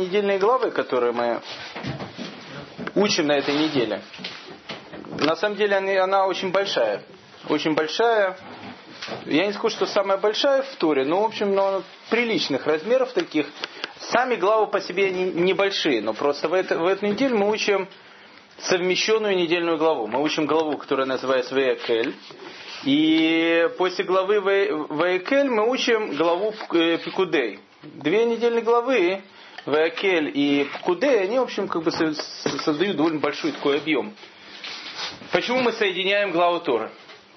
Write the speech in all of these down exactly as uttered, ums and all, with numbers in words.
недельные главы, которые мы учим на этой неделе, на самом деле она, она очень большая. Очень большая. Я не скажу, что самая большая в Торе, но, в общем, но приличных размеров таких. Сами главы по себе небольшие, но просто в, это, в эту неделю мы учим совмещенную недельную главу. Мы учим главу, которая называется Ваякель. И после главы Ваякель мы учим главу Пекудей. Две недельные главы, Ваякель и Пекудей, они, в общем, как бы создают довольно большой такой объем. Почему мы соединяем главу Торы?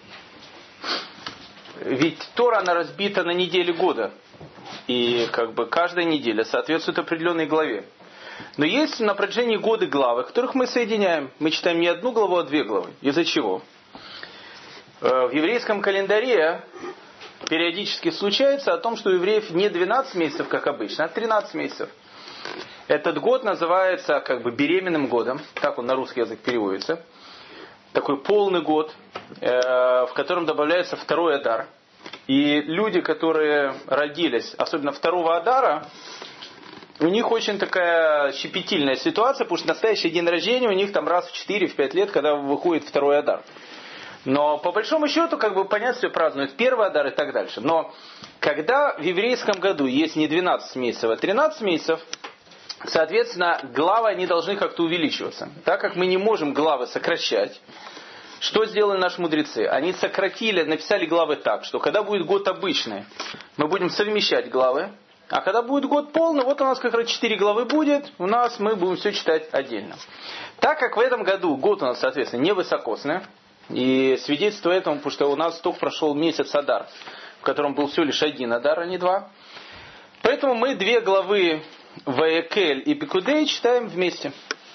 Ведь Тора, она разбита на недели года. И как бы каждая неделя соответствует определенной главе. Но есть на протяжении года главы, которых мы соединяем. Мы читаем не одну главу, а две главы. Из-за чего? В еврейском календаре периодически случается о том, что у евреев не двенадцать месяцев, как обычно, а тринадцать месяцев. Этот год называется как бы беременным годом. Так он на русский язык переводится. Такой полный год, в котором добавляется второй адар. И люди, которые родились, особенно второго адара, у них очень такая щепетильная ситуация, потому что настоящий день рождения у них там раз в четыре-пять лет, когда выходит второй адар. Но по большому счету, как бы понять, все празднуют первый адар и так дальше. Но когда в еврейском году есть не двенадцать месяцев, а тринадцать месяцев, соответственно, главы они должны как-то увеличиваться. Так как мы не можем главы сокращать, что сделали наши мудрецы? Они сократили, написали главы так, что когда будет год обычный, мы будем совмещать главы, а когда будет год полный, вот у нас как раз четыре главы будет, у нас мы будем все читать отдельно. Так как в этом году год у нас, соответственно, невысокосный, и свидетельство этому, потому что у нас только прошел месяц Адар, в котором был всего лишь один Адар, а не два, поэтому мы две главы Ваякель и Пекудей читаем вместе.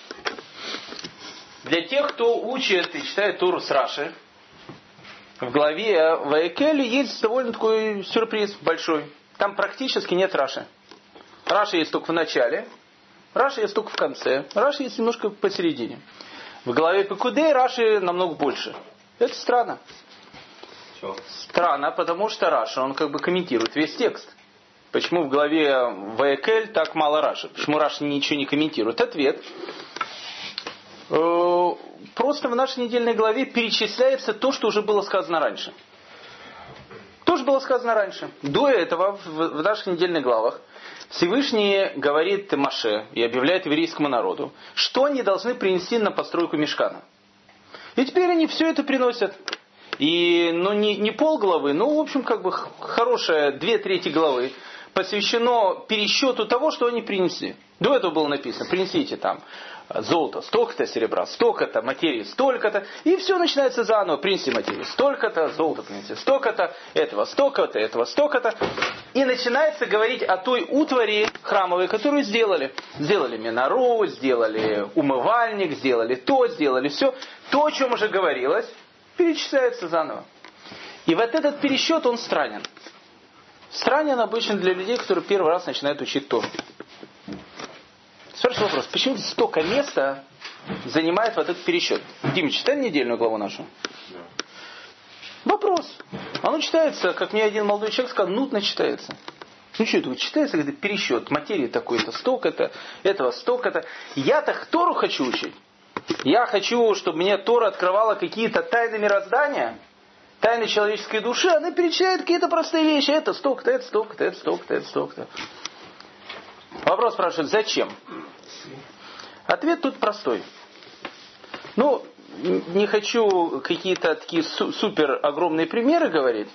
Для тех, кто учит и читает Тору с Раши, в главе Ваякель есть довольно такой сюрприз большой. Там практически нет Раши. Раши есть только в начале, Раши есть только в конце, Раши есть немножко посередине. В главе Пекудей Раши намного больше. Это странно. Что? Странно, потому что Раши, он как бы комментирует весь текст. Почему в главе Ваякель так мало Раши? Почему Раши ничего не комментирует? Ответ. Просто в нашей недельной главе перечисляется то, что уже было сказано раньше. То, что было сказано раньше. До этого в наших недельных главах Всевышний говорит Моше и объявляет еврейскому народу, что они должны принести на постройку мишкана. И теперь они все это приносят. И ну, не, не полглавы, но в общем как бы хорошая две трети главы посвящено пересчету того, что они принесли. До этого было написано, принесите там золото, столько-то серебра, столько-то материи, столько-то. И все начинается заново. Принеси материю, столько-то, золото принеси, столько-то, этого, столько-то, этого, столько-то. И начинается говорить о той утвари храмовой, которую сделали. Сделали минору, сделали умывальник, сделали то, сделали все. То, о чем уже говорилось, перечисляется заново. И вот этот пересчет, он странен. Странен обычно для людей, которые первый раз начинают учить Тору. Спрашиваю вопрос, почему столько места занимает вот этот пересчет? Дима, читай недельную главу нашу. Да. Вопрос. Оно читается, как мне один молодой человек сказал, нудно читается. Ну что это, читается когда пересчет, материи такой-то, столько-то, этого столько-то. Я-то Тору хочу учить. Я хочу, чтобы мне Тора открывала какие-то тайны мироздания, тайны человеческой души. Она перечисляет какие-то простые вещи. Это столько-то, это столько-то, это столько-то, это столько-то. Вопрос спрашивает, зачем? Ответ тут простой. Ну, не хочу какие-то такие супер огромные примеры говорить.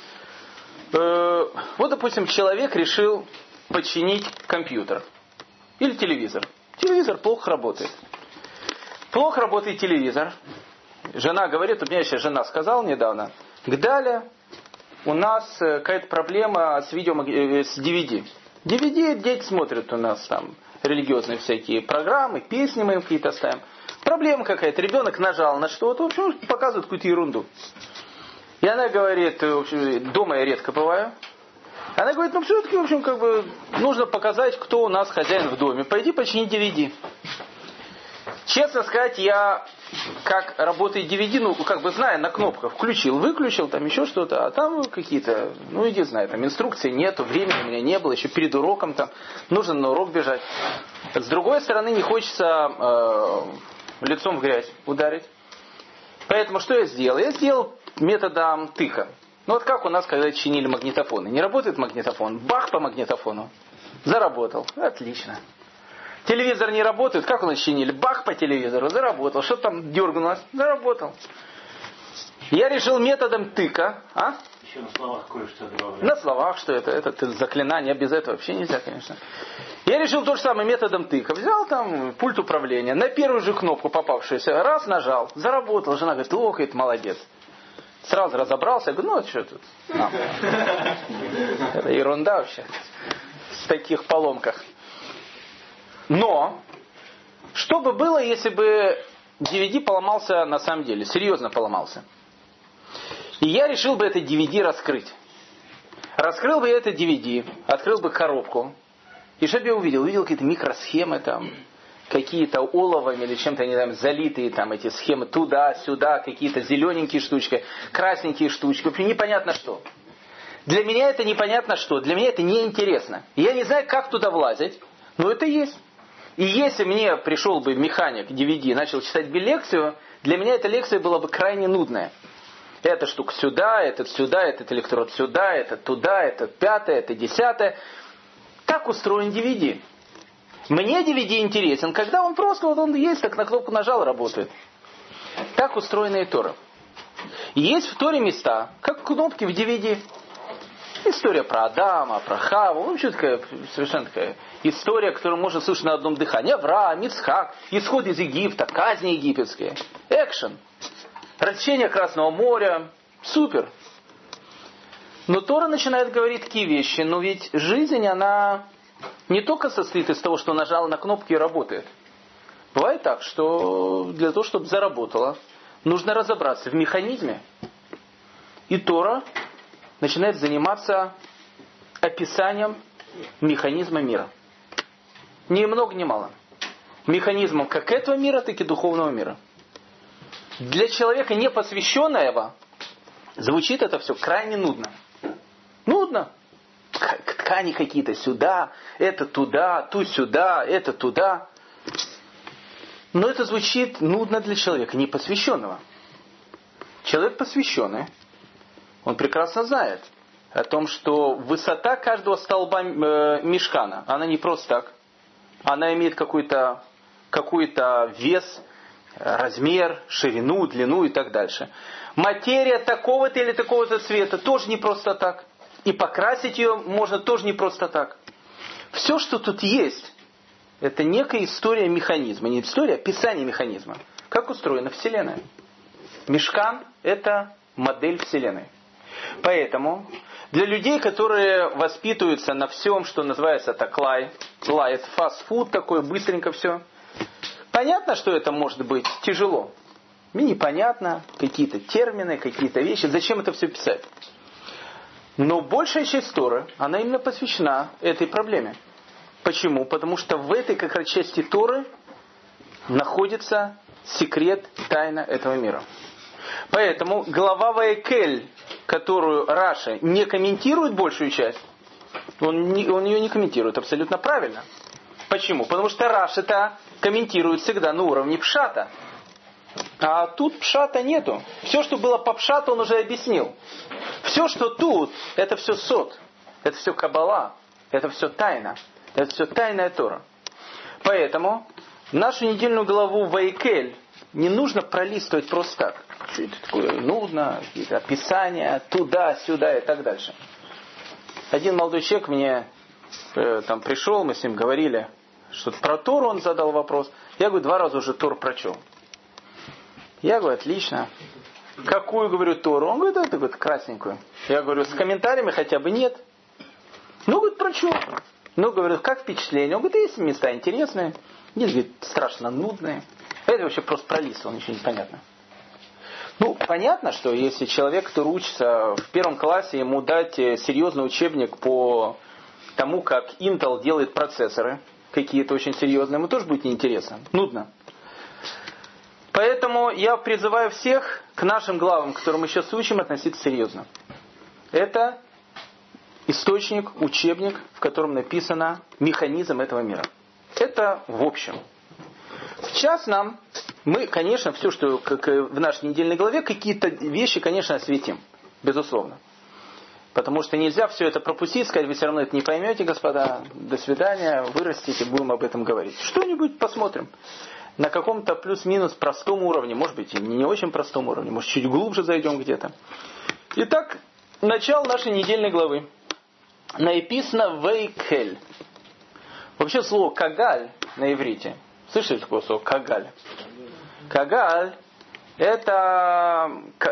Вот, допустим, человек решил починить компьютер или телевизор. Телевизор плохо работает. Плохо работает телевизор. Жена говорит, у меня еще жена сказала недавно, Гдаля, у нас какая-то проблема с видео, с ди ви ди. ди ви ди дети смотрят у нас там религиозные всякие программы, песни мы им какие-то ставим. Проблема какая-то, ребенок нажал на что-то, в общем, показывает какую-то ерунду. И она говорит, в общем, дома я редко бываю. Она говорит, ну все-таки, в общем, как бы нужно показать, кто у нас хозяин в доме. Пойди почини ди ви ди. Честно сказать, я как работает ди ви ди, ну, как бы зная на кнопках, включил, выключил, там еще что-то, а там какие-то, ну, иди знай, там инструкции нету, времени у меня не было, еще перед уроком там, нужно на урок бежать. С другой стороны, не хочется э, лицом в грязь ударить. Поэтому что я сделал? Я сделал методом тыка. Ну, вот как у нас, когда чинили магнитофоны. Не работает магнитофон, бах по магнитофону, заработал, отлично. Телевизор не работает, как у нас чинили? Бах по телевизору, заработал. Что там дерганулось? Заработал. Я решил методом тыка. А? Еще на словах кое-что добавляю. На словах, что это? Это заклинание, без этого вообще нельзя, конечно. Я решил то же самое методом тыка. Взял там пульт управления, на первую же кнопку попавшуюся, раз нажал, заработал. Жена говорит, ох, это молодец. Сразу разобрался, я говорю, ну, что тут? Нам. Это ерунда вообще. В таких поломках. Но, что бы было, если бы ди ви ди поломался на самом деле, серьезно поломался. И я решил бы это ди ви ди раскрыть. Раскрыл бы я это ди ви ди, открыл бы коробку. И что бы я увидел? Увидел какие-то микросхемы там, какие-то оловами или чем-то, не знаю, залитые там эти схемы туда-сюда, какие-то зелененькие штучки, красненькие штучки, в общем, непонятно что. Для меня это непонятно что, для меня это неинтересно. Я не знаю, как туда влазить, но это есть. И если мне пришел бы механик ди ви ди и начал читать бы лекцию, для меня эта лекция была бы крайне нудная. Эта штука сюда, этот сюда, этот электрод сюда, этот туда, этот пятое, это десятое. Так устроен ди ви ди. Мне ди ви ди интересен, когда он просто, вот он есть, так на кнопку нажал, работает. Так устроена и Тора. И есть в Торе места, как кнопки в ди ви ди. История про Адама, про Хаву, ну, вообще такая, совершенно такая история, которую можно слушать на одном дыхании. Авраам, Ицхак, исход из Египта, казни египетские, экшен, рассечение Красного моря, супер. Но Тора начинает говорить такие вещи, но ведь жизнь, она не только состоит из того, что нажал на кнопки и работает. Бывает так, что для того, чтобы заработало, нужно разобраться в механизме. И Тора начинает заниматься описанием механизма мира. Ни много ни мало. Механизмом как этого мира, так и духовного мира. Для человека непосвященного звучит это все крайне нудно. Нудно. Ткани какие-то сюда, это туда, ту сюда, это туда. Но это звучит нудно для человека непосвященного. Человек посвященный, он прекрасно знает о том, что высота каждого столба э, мишкана, она не просто так. Она имеет какой-то, какой-то вес, размер, ширину, длину и так дальше. Материя такого-то или такого-то цвета тоже не просто так. И покрасить ее можно тоже не просто так. Все, что тут есть, это некая история механизма. Не история, а описание механизма. Как устроена Вселенная. Мишкан – это модель Вселенной. Поэтому для людей, которые воспитываются на всем, что называется таклай, лай, это фастфуд такой, быстренько все. Понятно, что это может быть тяжело. Мне непонятно, какие-то термины, какие-то вещи. Зачем это все писать? Но большая часть Торы, она именно посвящена этой проблеме. Почему? Потому что в этой как раз части Торы находится секрет, тайна этого мира. Поэтому глава Ваекель, которую Раши не комментирует большую часть, он, не, он ее не комментирует абсолютно правильно. Почему? Потому что Раши-то комментирует всегда на уровне пшата. А тут пшата нету. Все, что было по пшату, он уже объяснил. Все, что тут, это все сот. Это все каббала. Это все тайна. Это все тайная Тора. Поэтому нашу недельную главу Ваекель не нужно пролистывать просто так. Что это такое нудно, какие-то описания, туда-сюда и так дальше. Один молодой человек мне э, там пришел, мы с ним говорили, что-то про Тору он задал вопрос. Я говорю, два раза уже Тору прочел. Я говорю, отлично. Какую, говорю, Тору? Он говорит, это, говорит, красненькую. Я говорю, с комментариями хотя бы нет. Ну, говорит, прочел. Ну, говорю, как впечатление? Он говорит, есть места интересные, есть, говорит, страшно нудные. Это вообще просто пролистывал, ничего не понятно. Ну, понятно, что если человек, который учится в первом классе, ему дать серьезный учебник по тому, как Intel делает процессоры, какие-то очень серьезные, ему тоже будет неинтересно, нудно. Поэтому я призываю всех к нашим главам, которые мы сейчас учим, относиться серьезно. Это источник, учебник, в котором написано механизм этого мира. Это в общем. В частном мы, конечно, все, что как в нашей недельной главе, какие-то вещи, конечно, осветим. Безусловно. Потому что нельзя все это пропустить, сказать, вы все равно это не поймете, господа, до свидания, вырастите, будем об этом говорить. Что-нибудь посмотрим. На каком-то плюс-минус простом уровне, может быть, и не очень простом уровне, может, чуть глубже зайдем где-то. Итак, начало нашей недельной главы. Написано «вейкель». Вообще слово «кагаль» на иврите. Слышали такое слово «кагаль»? «Кагаль» это,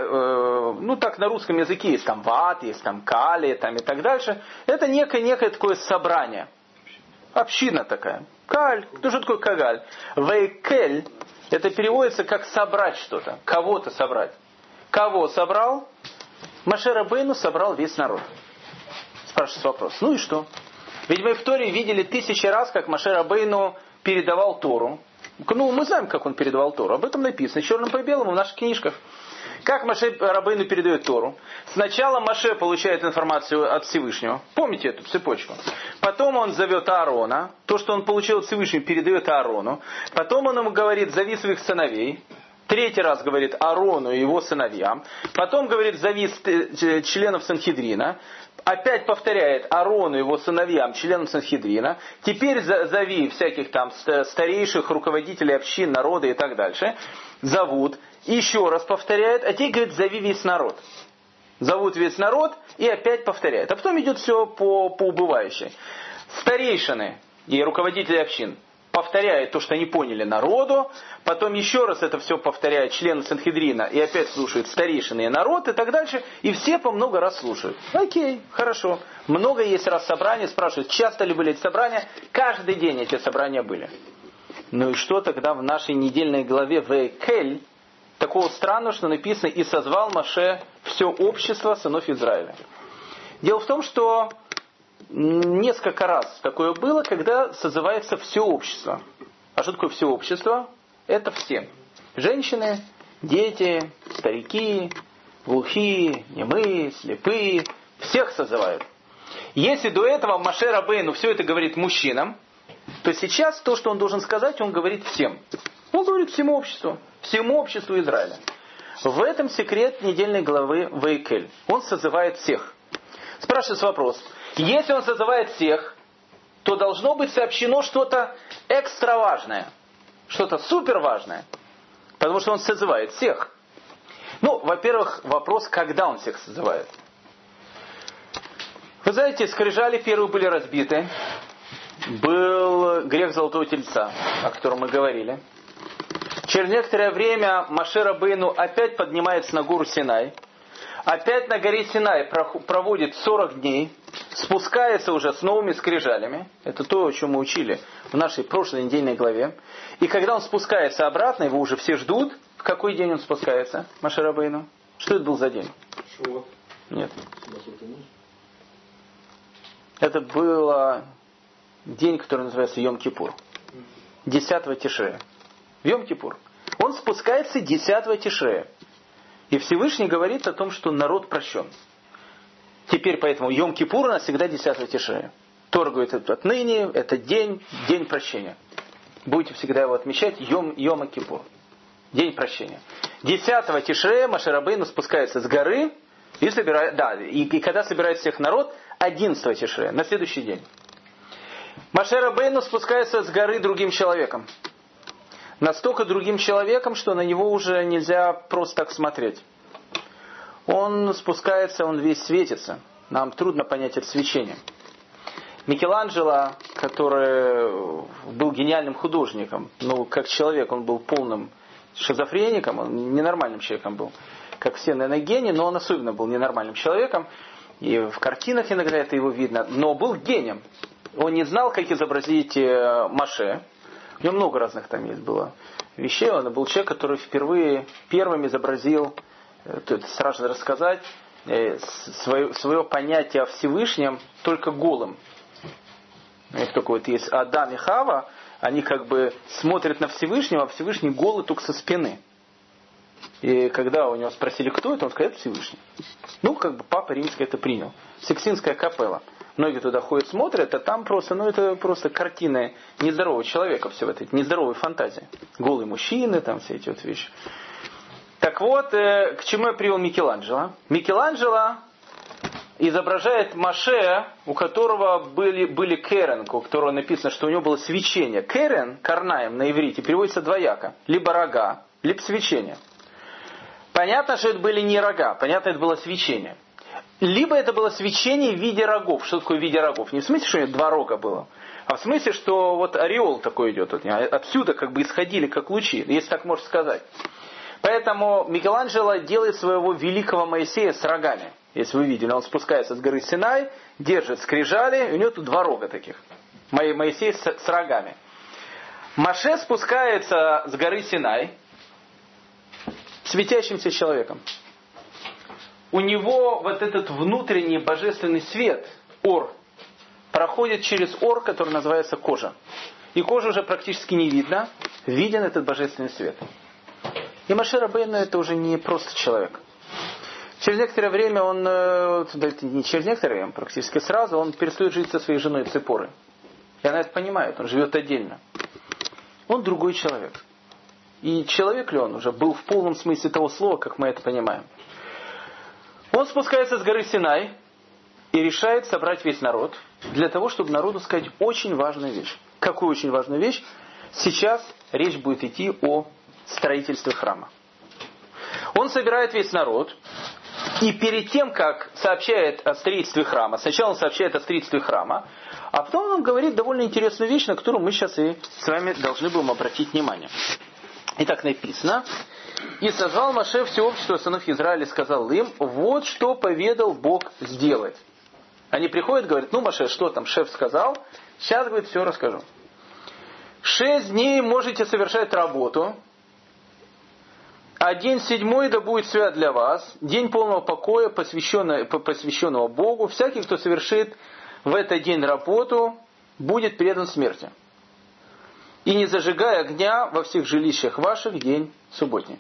ну так на русском языке есть там ват, есть там кали там, и так дальше. Это некое, некое такое собрание. Община такая. Каль. Ну что такое кагаль? Вейкель. Это переводится как собрать что-то. Кого-то собрать. Кого собрал? Моше Рабейну собрал весь народ. Спрашивается вопрос. Ну и что? Ведь мы в Торе видели тысячи раз, как Моше Рабейну передавал Тору. Ну, мы знаем, как он передавал Тору. Об этом написано черным по белому в наших книжках. Как Моше Рабейну передает Тору? Сначала Моше получает информацию от Всевышнего. Помните эту цепочку? Потом он зовет Аарона. То, что он получил от Всевышнего, передает Аарону. Потом он ему говорит, зови своих сыновей. Третий раз говорит Аарону и его сыновьям. Потом говорит, зови членов Санхедрина. Опять повторяет Аарону и его сыновьям, членам Санхедрина. Теперь зови всяких там старейших руководителей общин, народа и так дальше. Зовут. Еще раз повторяет. А теперь говорит, зови весь народ. Зовут весь народ и опять повторяет. А потом идет все по, по убывающей. Старейшины и руководители общин повторяют то, что они поняли народу. Потом еще раз это все повторяет члены Санхедрина. И опять слушают старейшины и народ и так дальше. И все по много раз слушают. Окей, хорошо. Много есть раз собраний. Спрашивают, часто ли были эти собрания? Каждый день эти собрания были. Ну и что тогда в нашей недельной главе Вейкель такого странного, что написано «И созвал Моше все общество сынов Израиля». Дело в том, что несколько раз такое было, когда созывается все общество. А что такое все общество? Это все. Женщины, дети, старики, глухие, немые, слепые. Всех созывают. Если до этого Моше Рабейну все это говорит мужчинам, то сейчас то, что он должен сказать, он говорит всем. Он говорит всему обществу. Всему обществу Израиля. В этом секрет недельной главы Вейкель. Он созывает всех. Спрашивается вопрос. Если он созывает всех, то должно быть сообщено что-то экстра важное. Что-то супер важное. Потому что он созывает всех. Ну, во-первых, вопрос, когда он всех созывает. Вы знаете, скрижали первые были разбиты. Был грех Золотого Тельца, о котором мы говорили. Через некоторое время Моше Рабейну опять поднимается на гору Синай. Опять на горе Синай проводит сорок дней. Спускается уже с новыми скрижалями. Это то, о чем мы учили в нашей прошлой недельной главе. И когда он спускается обратно, его уже все ждут. В какой день он спускается, Моше Рабейну? Что это был за день? Шавуот. Нет. Это был день, который называется Йом-Кипур. десятого Тишрея. В Йом-Кипур. Он спускается десятого Тишрея. И Всевышний говорит о том, что народ прощен. Теперь поэтому Йом-Кипур у нас всегда десятого Тишрея. Тора говорит, отныне это день, день прощения. Будете всегда его отмечать, Йом, Йом-Кипур. День прощения. десятого Тишрея Моше Рабейну спускается с горы и собирает, да, и, и когда собирает всех народ, одиннадцатого Тишрея, на следующий день. Моше Рабейну спускается с горы другим человеком. Настолько другим человеком, что на него уже нельзя просто так смотреть. Он спускается, он весь светится. Нам трудно понять это свечение. Микеланджело, который был гениальным художником, ну, как человек, он был полным шизофреником, он ненормальным человеком был. Как все, наверное, гении, но он особенно был ненормальным человеком. И в картинах иногда это его видно. Но был гением. Он не знал, как изобразить Моше. У него много разных там есть было вещей. Он был человек, который впервые первым изобразил, это страшно рассказать, свое, свое понятие о Всевышнем только голым. Только вот есть Адам и Хава, они как бы смотрят на Всевышнего, а Всевышний голый только со спины. И когда у него спросили, кто это, он сказал, это Всевышний. Ну, как бы Папа Римский это принял. Сикстинская капелла. Многие туда ходят, смотрят, а там просто, ну, это просто картины нездорового человека, все это, нездоровой фантазии. Голые мужчины, там все эти вот вещи. Так вот, э, к чему я привел Микеланджело? Микеланджело изображает Моше, у которого были, были керен, у которого написано, что у него было свечение. Керен, карнаем на иврите, переводится двояко. Либо рога, либо свечение. Понятно, что это были не рога, понятно, это было свечение. Либо это было свечение в виде рогов. Что такое в виде рогов? Не в смысле, что у него два рога было, а в смысле, что вот ореол такой идет. Отсюда как бы исходили как лучи, если так можно сказать. Поэтому Микеланджело делает своего великого Моисея с рогами. Если вы видели, он спускается с горы Синай, держит скрижали, и у него тут два рога таких. Моисей с, с рогами. Моше спускается с горы Синай светящимся человеком. У него вот этот внутренний божественный свет, ор, проходит через ор, который называется кожа. И кожу уже практически не видно, виден этот божественный свет. И Моше Рабейну это уже не просто человек. Через некоторое время он, не через некоторое время, практически сразу, он перестает жить со своей женой Ципорой. И она это понимает, он живет отдельно. Он другой человек. И человек ли он уже был в полном смысле того слова, как мы это понимаем. Он спускается с горы Синай и решает собрать весь народ для того, чтобы народу сказать очень важную вещь. Какую очень важную вещь? Сейчас речь будет идти о строительстве храма. Он собирает весь народ, и перед тем, как сообщает о строительстве храма, сначала он сообщает о строительстве храма, а потом он говорит довольно интересную вещь, на которую мы сейчас и с вами должны будем обратить внимание. Итак, написано: «И созвал Моше все общество сынов Израиля и сказал им, вот что поведал Бог сделать». Они приходят и говорят, ну, Моше, что там шеф сказал? Сейчас, говорит, все расскажу. Шесть дней можете совершать работу, а день седьмой да будет свят для вас, день полного покоя, посвященного Богу. Всякий, кто совершит в этот день работу, будет предан смерти. И не зажигая огня во всех жилищах ваших день субботний.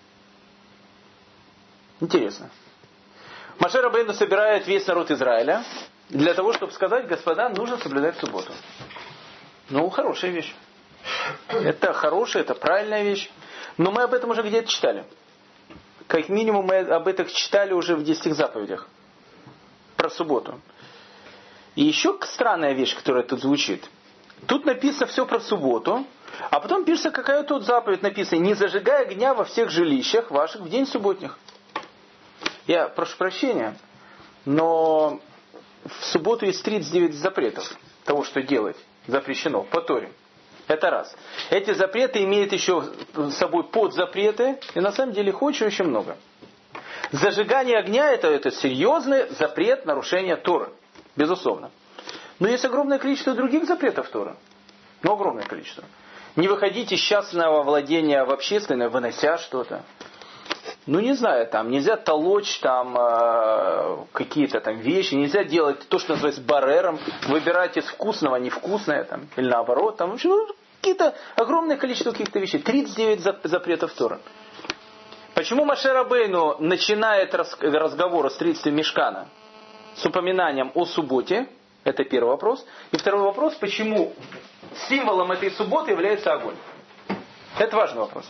Интересно. Моше Рабейну собирает весь народ Израиля для того, чтобы сказать, господа, нужно соблюдать субботу. Ну, хорошая вещь. Это хорошая, это правильная вещь. Но мы об этом уже где-то читали. Как минимум мы об этом читали уже в десяти заповедях. Про субботу. И еще странная вещь, которая тут звучит. Тут написано все про субботу, а потом пишется какая тут заповедь написана. Не зажигай огня во всех жилищах ваших в день субботних. Я прошу прощения, но в субботу есть тридцать девять запретов того, что делать запрещено по Торе. Это раз. Эти запреты имеют еще с собой подзапреты, и на самом деле их очень-очень много. Зажигание огня это, это серьезный запрет нарушения Торы. Безусловно. Но есть огромное количество других запретов Торы. Ну, огромное количество. Не выходить из частного владения в общественное, вынося что-то. Ну, не знаю, там нельзя толочь там э, какие-то там вещи, нельзя делать то, что называется барером, выбирать из вкусного невкусное, там, или наоборот, там, ну, какие-то огромное количество каких-то вещей. тридцать девять запретов Торы. Почему Моше Рабейну начинает разговор о строительстве Мишкана с упоминанием о субботе? Это первый вопрос. И второй вопрос, почему символом этой субботы является огонь? Это важный вопрос.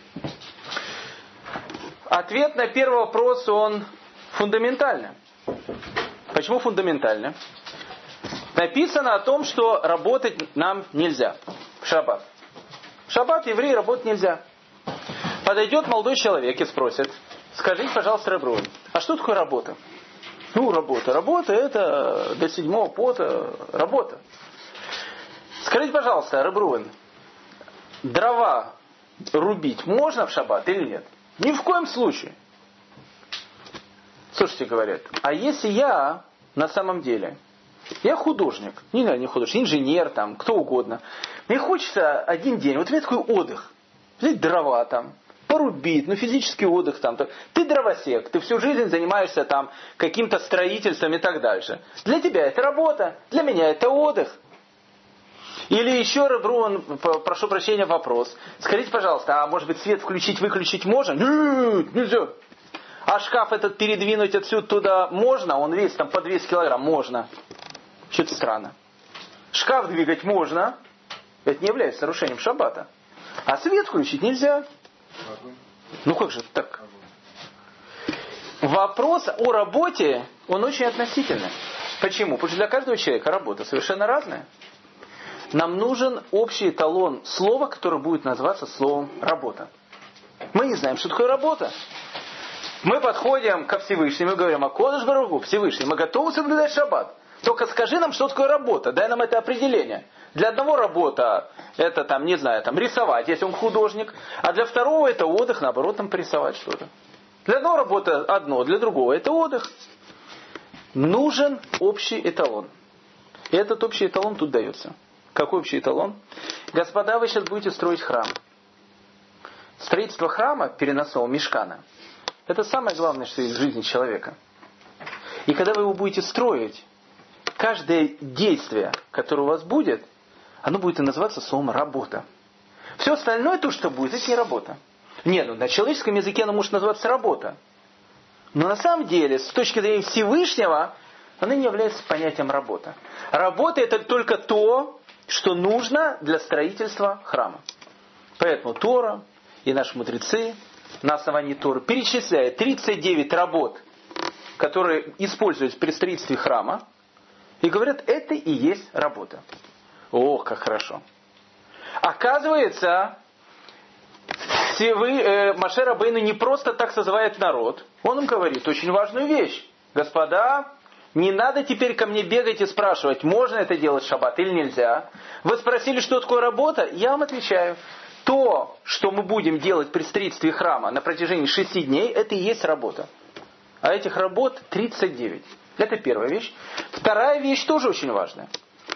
Ответ на первый вопрос, он фундаментальный. Почему фундаментальный? Написано о том, что работать нам нельзя в шаббат. В шаббат евреи работать нельзя. Подойдет молодой человек и спросит, скажите, пожалуйста, Реб Рувен, а что такое работа? Ну, работа. Работа это до седьмого пота работа. Скажите, пожалуйста, Реб Рувен, дрова рубить можно в шаббат или нет? Ни в коем случае. Слушайте, говорят, а если я на самом деле, я художник, не, не художник, инженер, там, кто угодно, мне хочется один день, вот у меня такой отдых, взять дрова там, порубить, ну физический отдых там. Ты дровосек, ты всю жизнь занимаешься там каким-то строительством и так дальше. Для тебя это работа, для меня это отдых. Или еще, Ребрун, прошу прощения, вопрос. Скажите, пожалуйста, а может быть свет включить, выключить можно? Нет, нельзя. А шкаф этот передвинуть отсюда туда можно? Он весит там по двести килограмм. Можно. Что-то странно. Шкаф двигать можно. Это не является нарушением шаббата. А свет включить нельзя. Ну как же так? Вопрос о работе, он очень относительный. Почему? Потому что для каждого человека работа совершенно разная. Нам нужен общий эталон слова, которое будет называться словом «работа». Мы не знаем, что такое работа. Мы подходим ко Всевышнему и говорим: «Акодыш Барух, Всевышний, мы готовы соблюдать шаббат. Только скажи нам, что такое работа, дай нам это определение». Для одного работа это, там, не знаю, там, рисовать, если он художник, а для второго это отдых, наоборот, там, порисовать что-то. Для одного работа одно, для другого это отдых. Нужен общий эталон. И этот общий эталон тут дается. Какой общий эталон? Господа, вы сейчас будете строить храм. Строительство храма, переносного мишкана, это самое главное, что есть в жизни человека. И когда вы его будете строить, каждое действие, которое у вас будет, оно будет и называться словом «работа». Все остальное, то, что будет, это не работа. Нет, ну на человеческом языке оно может называться «работа». Но на самом деле, с точки зрения Всевышнего, оно не является понятием «работа». Работа – это только то, что нужно для строительства храма. Поэтому Тора и наши мудрецы на основании Торы перечисляют тридцать девять работ, которые используются при строительстве храма, и говорят, это и есть работа. Ох, как хорошо. Оказывается, э, Моше Рабейну не просто так созывает народ. Он им говорит очень важную вещь. Господа, не надо теперь ко мне бегать и спрашивать, можно это делать в шаббат или нельзя. Вы спросили, что такое работа? Я вам отвечаю. То, что мы будем делать при строительстве храма на протяжении шести дней, это и есть работа. А этих работ тридцать девять. Это первая вещь. Вторая вещь тоже очень важная.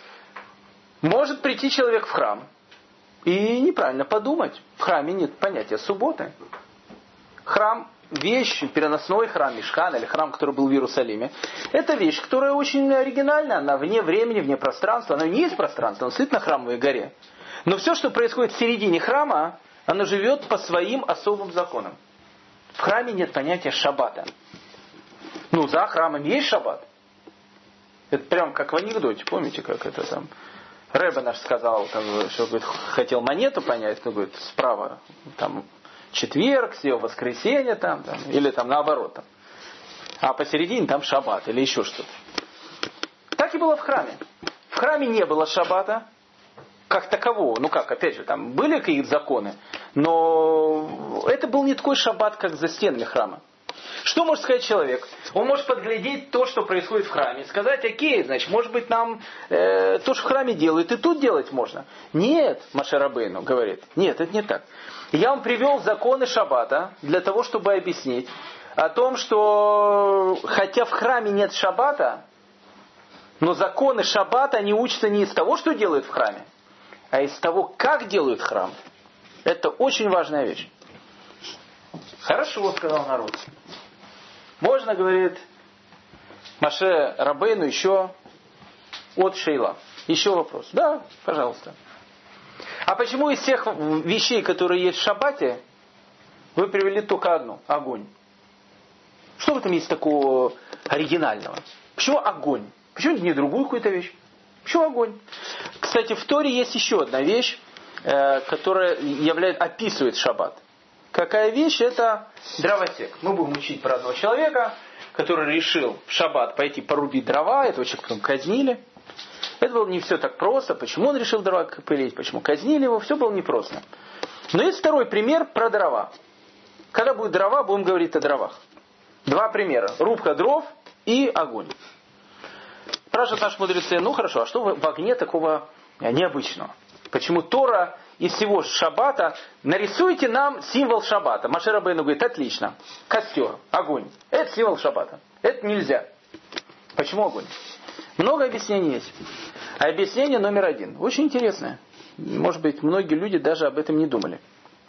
Может прийти человек в храм и неправильно подумать. В храме нет понятия субботы. Храм, вещь, переносной храм Мишкан или храм, который был в Иерусалиме, это вещь, которая очень оригинальна. Она вне времени, вне пространства. Она не есть пространство, она стоит на храмовой горе. Но все, что происходит в середине храма, оно живет по своим особым законам. В храме нет понятия шаббата. Ну, за храмом есть шаббат. Это прям как в анекдоте. Помните, как это там... Ребе наш сказал, там, что говорит, хотел монету понять, ну, говорит, справа там четверг, слева воскресенье, там, там, или там наоборот. Там. А посередине там шаббат или еще что-то. Так и было в храме. В храме не было шаббата как такового. Ну как, опять же, там были какие-то законы, но это был не такой шаббат, как за стенами храма. Что может сказать человек? Он может подглядеть то, что происходит в храме. Сказать, окей, значит, может быть, нам э, то, что в храме делают, и тут делать можно. Нет, Моше Рабейну говорит. Нет, это не так. Я вам привел законы шаббата для того, чтобы объяснить о том, что хотя в храме нет шаббата, но законы шаббата, они учатся не из того, что делают в храме, а из того, как делают храм. Это очень важная вещь. Хорошо, сказал народ. Можно, говорит Моше Рабейну, еще от Шейла. Еще вопрос. Да, пожалуйста. А почему из всех вещей, которые есть в шаббате, вы привели только одну? Огонь. Что в этом есть такого оригинального? Почему огонь? Почему не другую какую-то вещь? Почему огонь? Кстати, в Торе есть еще одна вещь, которая является, описывает шаббат. Какая вещь? Это дровосек. Мы будем учить про одного человека, который решил в шаббат пойти порубить дрова. Этого человека потом казнили. Это было не все так просто. Почему он решил дрова пилить? Почему казнили его? Все было непросто. Но есть второй пример про дрова. Когда будет дрова, будем говорить о дровах. Два примера. Рубка дров и огонь. Спрашивают наши мудрецы, ну хорошо, а что в огне такого необычного? Почему Тора из всего шаббата нарисуйте нам символ шаббата? Моше Рабейну говорит, отлично. Костер, огонь. Это символ шаббата. Это нельзя. Почему огонь? Много объяснений есть. А объяснение номер один. Очень интересное. Может быть, многие люди даже об этом не думали.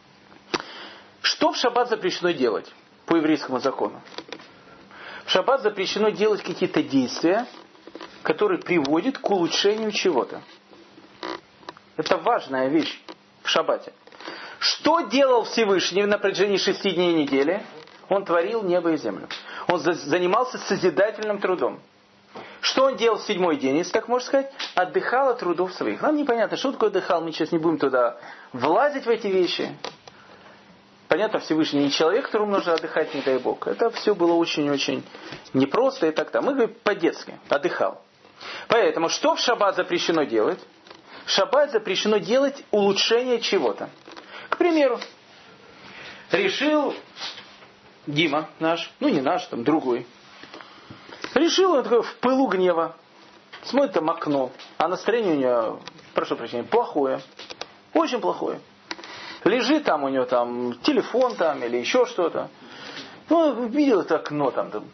Что в шаббат запрещено делать по еврейскому закону? В шаббат запрещено делать какие-то действия, которые приводят к улучшению чего-то. Это важная вещь в шаббате. Что делал Всевышний на протяжении шести дней недели? Он творил небо и землю. Он занимался созидательным трудом. Что он делал в седьмой день, если так можно сказать? Отдыхал от трудов своих. Нам непонятно, что такое отдыхал. Мы сейчас не будем туда влазить в эти вещи. Понятно, Всевышний не человек, которому нужно отдыхать, не дай Бог. Это все было очень-очень непросто и так-то. Мы говорим по-детски. Отдыхал. Поэтому, что в шаббат запрещено делать? В шаббат запрещено делать улучшение чего-то. К примеру, решил Дима наш, ну не наш, там другой, решил он такой в пылу гнева, смотрит там окно, а настроение у него, прошу прощения, плохое, очень плохое. Лежит там у него там телефон там или еще что-то. Ну, видел это окно там, там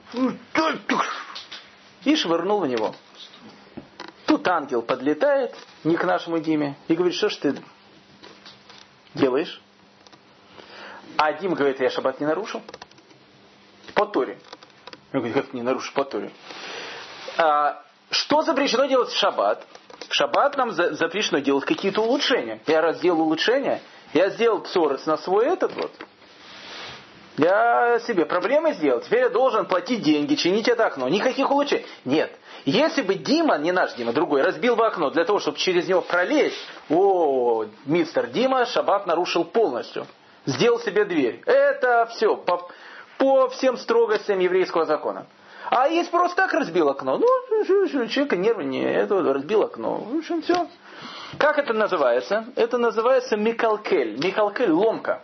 и швырнул в него. Тут ангел подлетает, не к нашему Диме, и говорит, что ж ты делаешь? А Дима говорит, я шаббат не нарушил. По Торе. Я говорю, как не нарушил по Торе? А, что запрещено делать в шаббат? В шаббат нам за, запрещено делать какие-то улучшения. Я раз сделал улучшения, я сделал псорец на свой этот вот. Я себе проблемы сделал. Теперь я должен платить деньги, чинить это окно. Никаких улучшений. Нет. Если бы Дима, не наш Дима, другой, разбил бы окно для того, чтобы через него пролезть, о, мистер Дима шаббат нарушил полностью. Сделал себе дверь. Это все по, по всем строгостям еврейского закона. А если просто так разбил окно, ну, человека нервы не, это разбил окно. В общем, все. Как это называется? Это называется микалкель. Микалкель – ломка.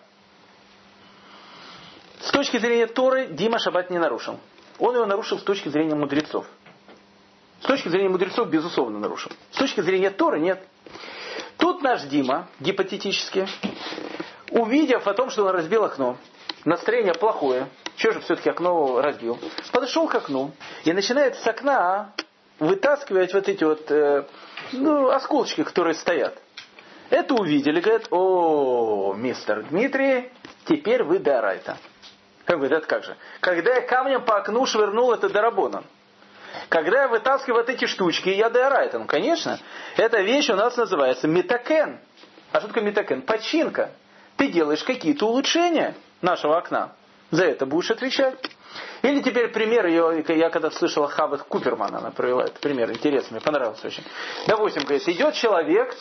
С точки зрения Торы Дима шаббат не нарушил. Он его нарушил с точки зрения мудрецов. С точки зрения мудрецов, безусловно, нарушил. С точки зрения Торы нет. Тут наш Дима, гипотетически, увидев о том, что он разбил окно, настроение плохое, что же все-таки окно разбил, подошел к окну и начинает с окна вытаскивать вот эти вот э, ну, осколочки, которые стоят. Это увидели, говорят, о, мистер Дмитрий, теперь вы дарайта. Он говорит, это как же? Когда я камнем по окну швырнул, это дарабонан. Когда я вытаскиваю вот эти штучки, я дарайта. Ну, конечно, эта вещь у нас называется метакен. А что такое метакен? Починка. Ты делаешь какие-то улучшения нашего окна. За это будешь отвечать. Или теперь пример, я, я когда слышал Хавет Куперман, она провела этот пример, интересный, мне понравился очень. Допустим, говорит, идет человек,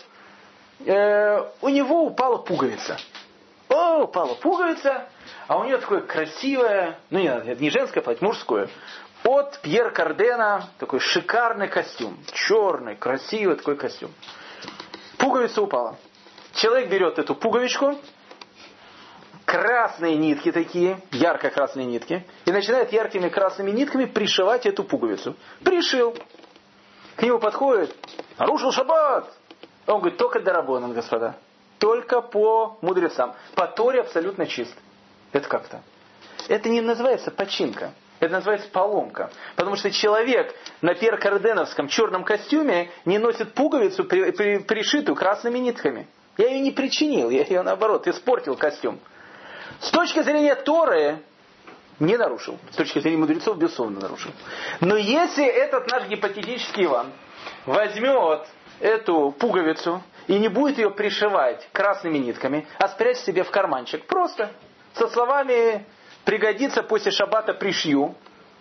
э, у него упала пуговица. О, упала пуговица, а у нее такое красивое, ну нет, не женское платье, мужское, от Пьер Кардена, такой шикарный костюм, черный, красивый такой костюм. Пуговица упала. Человек берет эту пуговичку, красные нитки такие, ярко-красные нитки, и начинает яркими красными нитками пришивать эту пуговицу. Пришил. К нему подходит, нарушил шаббат. Он говорит, только дарабонан, господа. Только по мудрецам. По Торе абсолютно чист. Это как-то? Это не называется починка. Это называется поломка. Потому что человек на перкарденовском черном костюме не носит пуговицу, при, при, пришитую красными нитками. Я ее не причинил, я ее наоборот испортил костюм. С точки зрения Торы не нарушил. С точки зрения мудрецов, безусловно, нарушил. Но если этот наш гипотетический Иван возьмет эту пуговицу и не будет ее пришивать красными нитками, а спрячь себе в карманчик, просто со словами «пригодится после шаббата пришью»,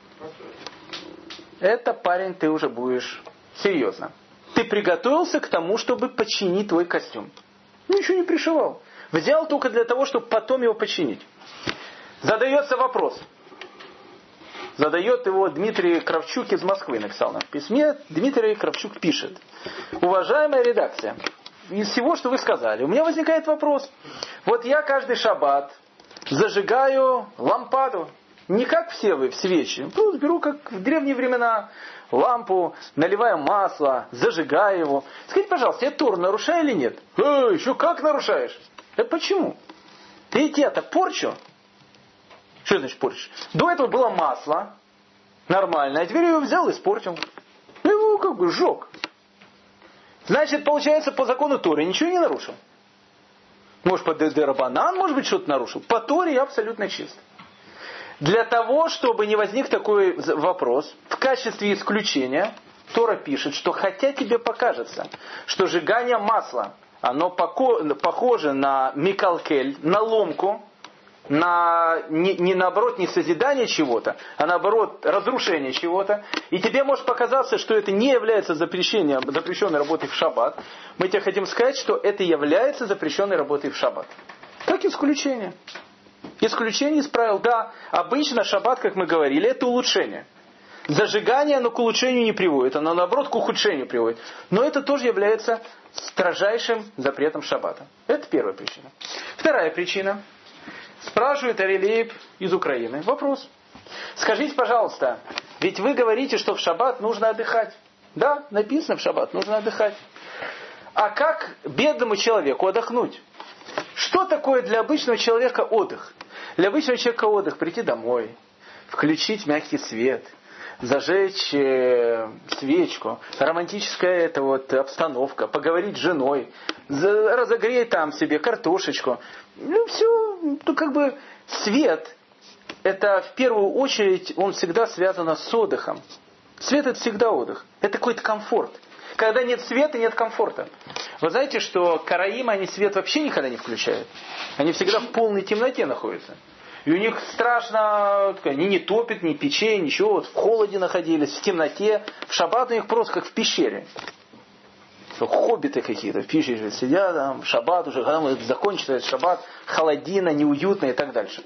это, парень, ты уже будешь серьезно. Ты приготовился к тому, чтобы починить твой костюм. Ничего не пришивал. Взял только для того, чтобы потом его починить. Задается вопрос. Задает его Дмитрий Кравчук из Москвы, написал нам в письме. Дмитрий Кравчук пишет. Уважаемая редакция, из всего, что вы сказали, у меня возникает вопрос. Вот я каждый шаббат зажигаю лампаду. Не как все вы в свечи. Просто беру, как в древние времена, лампу, наливаю масло, зажигаю его. Скажите, пожалуйста, я Тору нарушаю или нет? Э, еще как нарушаешь? Это почему? Ты я-то порчу? Что значит порчу? До этого было масло, нормально, а теперь я его взял и испортил. Я его как бы сжег. Значит, получается, по закону Торы ничего не нарушил. Может, по Дерабанан, может быть, что-то нарушил. По Торе я абсолютно чист. Для того, чтобы не возник такой вопрос, в качестве исключения Тора пишет, что хотя тебе покажется, что сжигание масла оно похоже на микалкель, на ломку, на, не, не наоборот не созидание чего-то, а наоборот разрушение чего-то. И тебе может показаться, что это не является запрещением, запрещенной работой в шаббат. Мы тебе хотим сказать, что это является запрещенной работой в шаббат. Как исключение. Исключение из правил. Да, обычно шаббат, как мы говорили, это улучшение. Зажигание, оно к улучшению не приводит, оно наоборот к ухудшению приводит. Но это тоже является строжайшим запретом шаббата. Это первая причина. Вторая причина. Спрашивает Арелеев из Украины. Вопрос. Скажите, пожалуйста, ведь вы говорите, что в шаббат нужно отдыхать. Да, написано в шаббат, нужно отдыхать. А как бедному человеку отдохнуть? Что такое для обычного человека отдых? Для обычного человека отдых прийти домой, включить мягкий свет, зажечь э, свечку, романтическая эта вот обстановка, поговорить с женой, за, разогреть там себе картошечку. Ну все, ну как бы свет, это в первую очередь, он всегда связан с отдыхом. Свет это всегда отдых, это какой-то комфорт. Когда нет света, нет комфорта. Вы знаете, что караимы, они свет вообще никогда не включают. Они всегда в полной темноте находятся. И у них страшно, они не топят, не печей, ничего. Вот в холоде находились, в темноте. В шаббат у них просто как в пещере. Хоббиты какие-то в пещере сидят, там, в шаббат уже, когда закончится этот шаббат, холодина, неуютно и так дальше.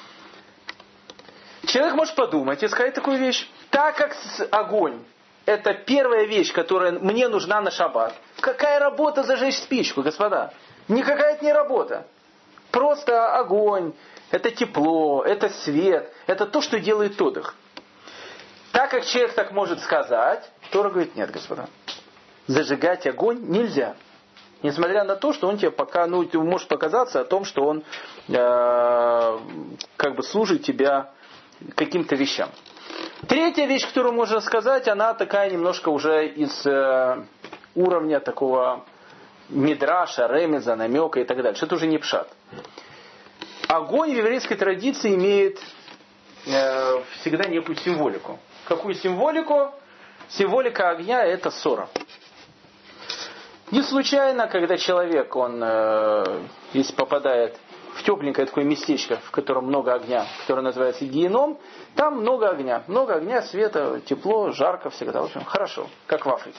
Человек может подумать и сказать такую вещь. Так как огонь, это первая вещь, которая мне нужна на шаббат. Какая работа зажечь спичку, господа? Никакая это не работа. Просто огонь, это тепло, это свет, это то, что делает отдых. Так как человек так может сказать, Тора говорит, нет, господа. Зажигать огонь нельзя. Несмотря на то, что он тебе пока, ну, может показаться о том, что он э, как бы служит тебя каким-то вещам. Третья вещь, которую можно сказать, она такая немножко уже из э, уровня такого мидраша, ремеза, намека и так дальше. Это уже не пшат. Огонь в еврейской традиции имеет э, всегда некую символику. Какую символику? Символика огня это ссора. Не случайно, когда человек, он, э, если попадает в тепленькое такое местечко, в котором много огня, которое называется геном, там много огня. Много огня, света, тепло, жарко всегда. В общем, хорошо, как в Африке.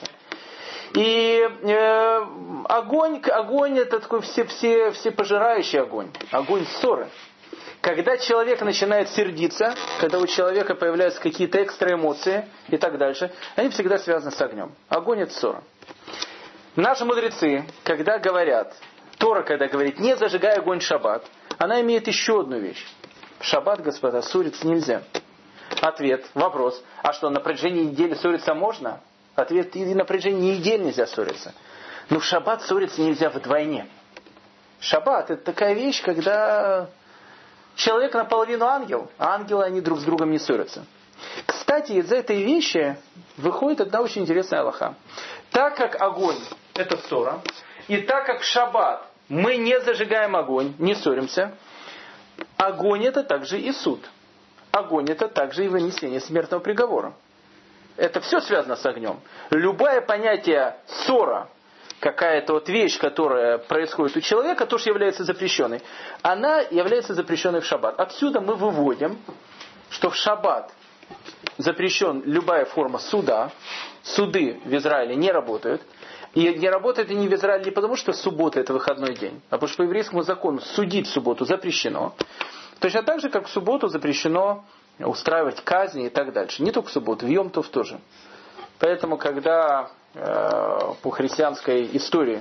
И э, огонь, огонь это такой все, все, всепожирающий огонь. Огонь ссоры. Когда человек начинает сердиться, когда у человека появляются какие-то экстра эмоции и так дальше, они всегда связаны с огнем. Огонь это ссора. Наши мудрецы, когда говорят, Тора, когда говорит, не зажигай огонь в шаббат, она имеет еще одну вещь. В шаббат, господа, ссориться нельзя. Ответ, вопрос, а что, на протяжении недели ссориться можно? Ответ, и на протяжении недели нельзя ссориться. Но в шаббат ссориться нельзя вдвойне. Шаббат это такая вещь, когда человек наполовину ангел, а ангелы они друг с другом не ссорятся. Кстати, из этой вещи выходит одна очень интересная алаха. Так как огонь это ссора, и так как в шаббат мы не зажигаем огонь, не ссоримся, огонь это также и суд. Огонь это также и вынесение смертного приговора. Это все связано с огнем. Любое понятие ссора, какая-то вот вещь, которая происходит у человека, тоже является запрещенной. Она является запрещенной в шаббат. Отсюда мы выводим, что в шаббат запрещен любая форма суда. Суды в Израиле не работают. И не работает и не в Израиле не потому, что суббота это выходной день, а потому что по еврейскому закону судить в субботу запрещено. Точно так же, как в субботу запрещено устраивать казни и так дальше. Не только в субботу, в Йом-Тов тоже. Поэтому, когда э, по христианской истории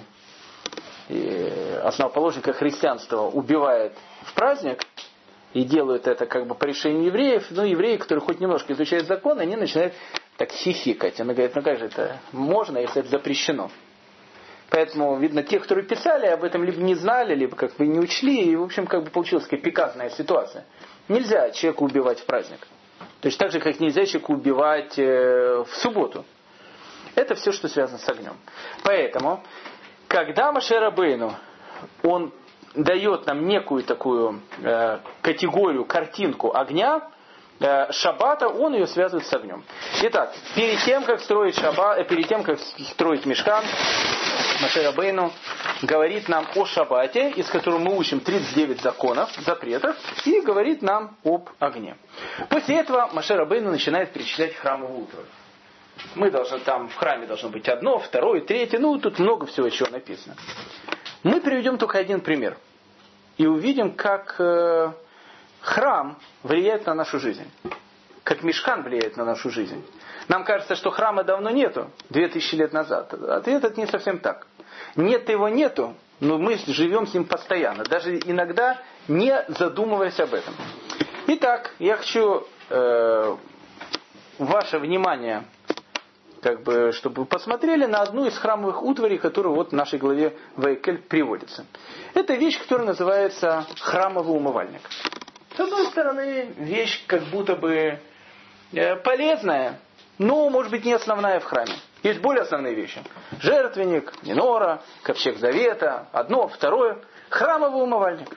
и основоположника христианства убивает в праздник, и делают это как бы по решению евреев, ну, евреи, которые хоть немножко изучают закон, они начинают так хихикать. Она говорит, ну как же это можно, если это запрещено? Поэтому, видно, те, которые писали об этом, либо не знали, либо как бы не учли, и, в общем, как бы получилась такая пикантная ситуация. Нельзя человека убивать в праздник. То есть так же, как нельзя человека убивать э, в субботу. Это все, что связано с огнем. Поэтому, когда Моше Рабейну, он дает нам некую такую э, категорию, картинку огня, э, шаббата, он ее связывает с огнем. Итак, перед тем, как строить шаббат, э, перед тем, как строить мишкан, Моше Рабейну говорит нам о шаббате, из которого мы учим тридцать девять законов, запретов, и говорит нам об огне. После этого Моше Рабейну начинает перечислять храмовую утварь. Мы должны там, в храме должно быть одно, второе, третье, ну тут много всего, чего написано. Мы приведем только один пример. И увидим, как э, храм влияет на нашу жизнь. Как мишкан влияет на нашу жизнь. Нам кажется, что храма давно нету, две тысячи лет назад. Ответ это не совсем так. Нет его нету, но мы живем с ним постоянно. Даже иногда не задумываясь об этом. Итак, я хочу э, ваше внимание, как бы, чтобы вы посмотрели на одну из храмовых утварей, которая вот в нашей главе Ваикель приводится. Это вещь, которая называется храмовый умывальник. С одной стороны, вещь как будто бы э, полезная, но, может быть, не основная в храме. Есть более основные вещи. Жертвенник, минора, ковчег завета, одно, второе. Храмовый умывальник.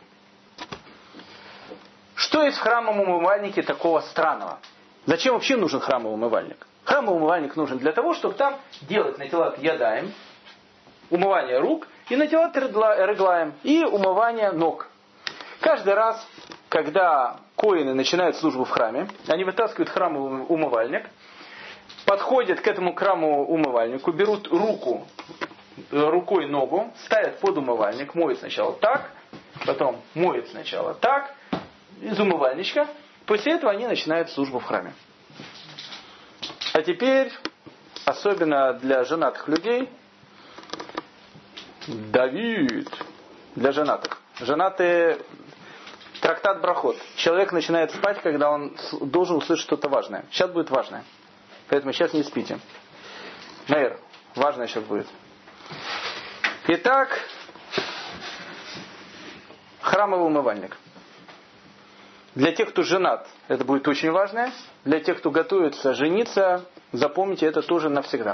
Что есть в храмовом умывальнике такого странного? Зачем вообще нужен храмовый умывальник? Храмовый умывальник нужен для того, чтобы там делать натилат ядаем, умывание рук, и натилат реглаем, и умывание ног. Каждый раз, когда коины начинают службу в храме, они вытаскивают храмовый умывальник, подходят к этому храмовому умывальнику, берут руку, рукой ногу, ставят под умывальник, моют сначала так, потом моют сначала так, из умывальничка. После этого они начинают службу в храме. А теперь, особенно для женатых людей, Давид, для женатых. Женатые, трактат Брахот. Человек начинает спать, когда он должен услышать что-то важное. Сейчас будет важное. Поэтому сейчас не спите. Мейр, важное сейчас будет. Итак, храмовый умывальник. Для тех, кто женат, это будет очень важно. Для тех, кто готовится жениться, запомните, это тоже навсегда.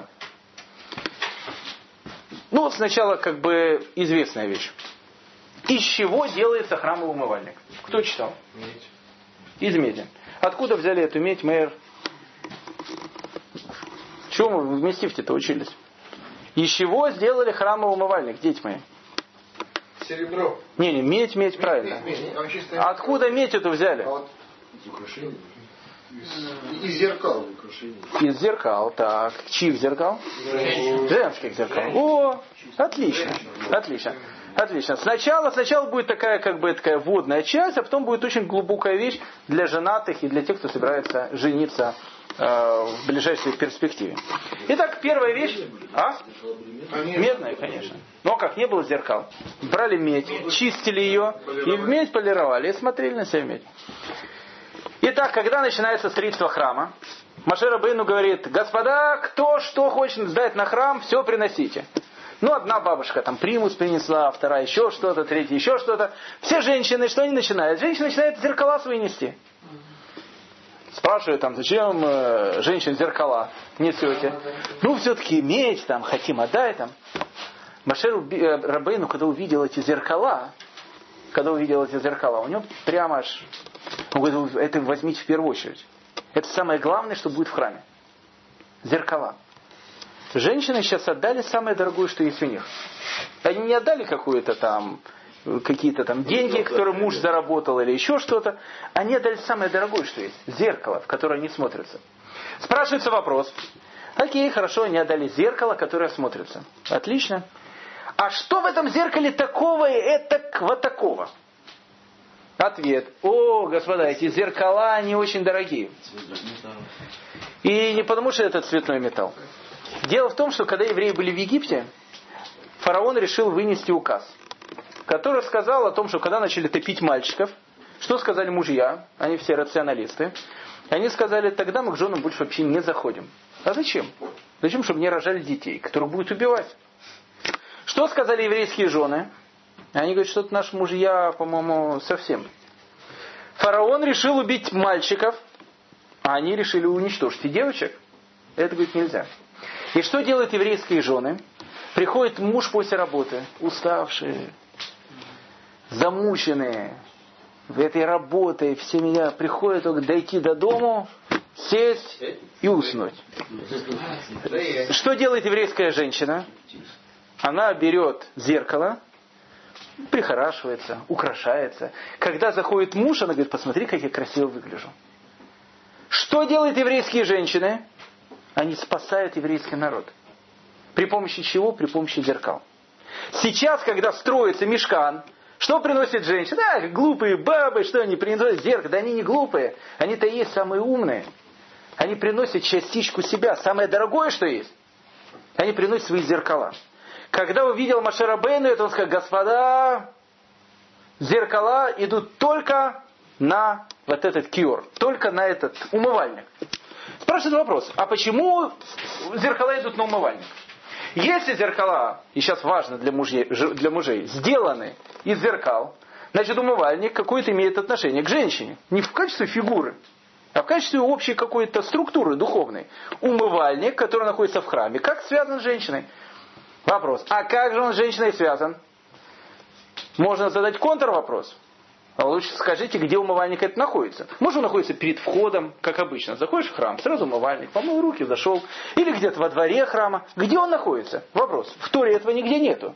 Ну, вот сначала как бы известная вещь. Из чего делается храмовый умывальник? Кто читал? Медь. Из меди. Откуда взяли эту медь, Мейер? Чего мы в Местифте-то учились? Из чего сделали храмовый умывальник, дети мои? Серебро. Не, не, медь, медь, правильно. Медь, медь. А чисто... Откуда медь эту взяли? А вот из украшений. Из, из зеркал украшений. Из зеркал, так. Чьих зеркал? Женщин. Женских зеркал. О, отлично, отлично. Отлично. Сначала, сначала будет такая, как бы, такая вводная часть, а потом будет очень глубокая вещь для женатых и для тех, кто собирается жениться э, в ближайшей перспективе. Итак, первая вещь. А? Медная, конечно. Но как, не было зеркал. Брали медь, чистили ее и в медь полировали, и смотрели на себя медь. Итак, когда начинается строительство храма, Моше Рабейну говорит: господа, кто что хочет сдать на храм, все приносите. Ну, одна бабушка там примус принесла, вторая еще что-то, третья еще что-то. Все женщины, что они начинают? Женщины начинают зеркала свои нести. Спрашивают там, зачем э, женщин зеркала несете? Ну, все-таки медь, там, хотим отдать там. Моше Рабейну, когда увидел эти зеркала, когда увидел эти зеркала, у него прямо аж, он говорит: это возьмите в первую очередь. Это самое главное, что будет в храме. Зеркала. Женщины сейчас отдали самое дорогое, что есть у них. Они не отдали какую-то там, какие-то там деньги, которые муж заработал или еще что-то. Они отдали самое дорогое, что есть. Зеркало, в которое они смотрятся. Спрашивается вопрос. Окей, хорошо, они отдали зеркало, которое смотрится. Отлично. А что в этом зеркале такого и это вот такого? Ответ. О, господа, эти зеркала, они очень дорогие. И не потому, что это цветной металл. Дело в том, что когда евреи были в Египте, фараон решил вынести указ, который сказал о том, что когда начали топить мальчиков, что сказали мужья, они все рационалисты, они сказали: тогда мы к женам больше вообще не заходим. А зачем? Зачем, чтобы не рожали детей, которых будут убивать? Что сказали еврейские жены? Они говорят, что-то наши мужья, по-моему, совсем. Фараон решил убить мальчиков, а они решили уничтожить и девочек. Это, говорит, нельзя. И что делают еврейские жены? Приходит муж после работы, уставшие, замученные в этой работе, все меня приходят только дойти до дому, сесть и уснуть. Что делает еврейская женщина? она берет зеркало, прихорашивается, украшается. Когда заходит муж, она говорит, посмотри, как я красиво выгляжу. Что делают еврейские женщины? Они спасают еврейский народ. При помощи чего? При помощи зеркал. Сейчас, когда строится мишкан, что приносит женщины? А, глупые бабы, что они приносят зеркало? Да они не глупые. Они-то есть самые умные. Они приносят частичку себя. Самое дорогое, что есть. Они приносят свои зеркала. Когда увидел Моше Рабейну, это он сказал, господа, зеркала идут только на вот этот киор, только на этот умывальник. Спрашивает вопрос, а почему зеркала идут на умывальник? Если зеркала, и сейчас важно для мужей, для мужей, сделаны из зеркал, значит умывальник какое-то имеет отношение к женщине. Не в качестве фигуры, а в качестве общей какой-то структуры духовной. Умывальник, который находится в храме, как связан с женщиной? Вопрос, а как же он с женщиной связан? Можно задать контрвопрос. А лучше скажите, где умывальник это находится. Может, он находится перед входом, как обычно. Заходишь в храм, сразу умывальник, помыл руки, зашел. Или где-то во дворе храма. Где он находится? Вопрос. В Торе этого нигде нету.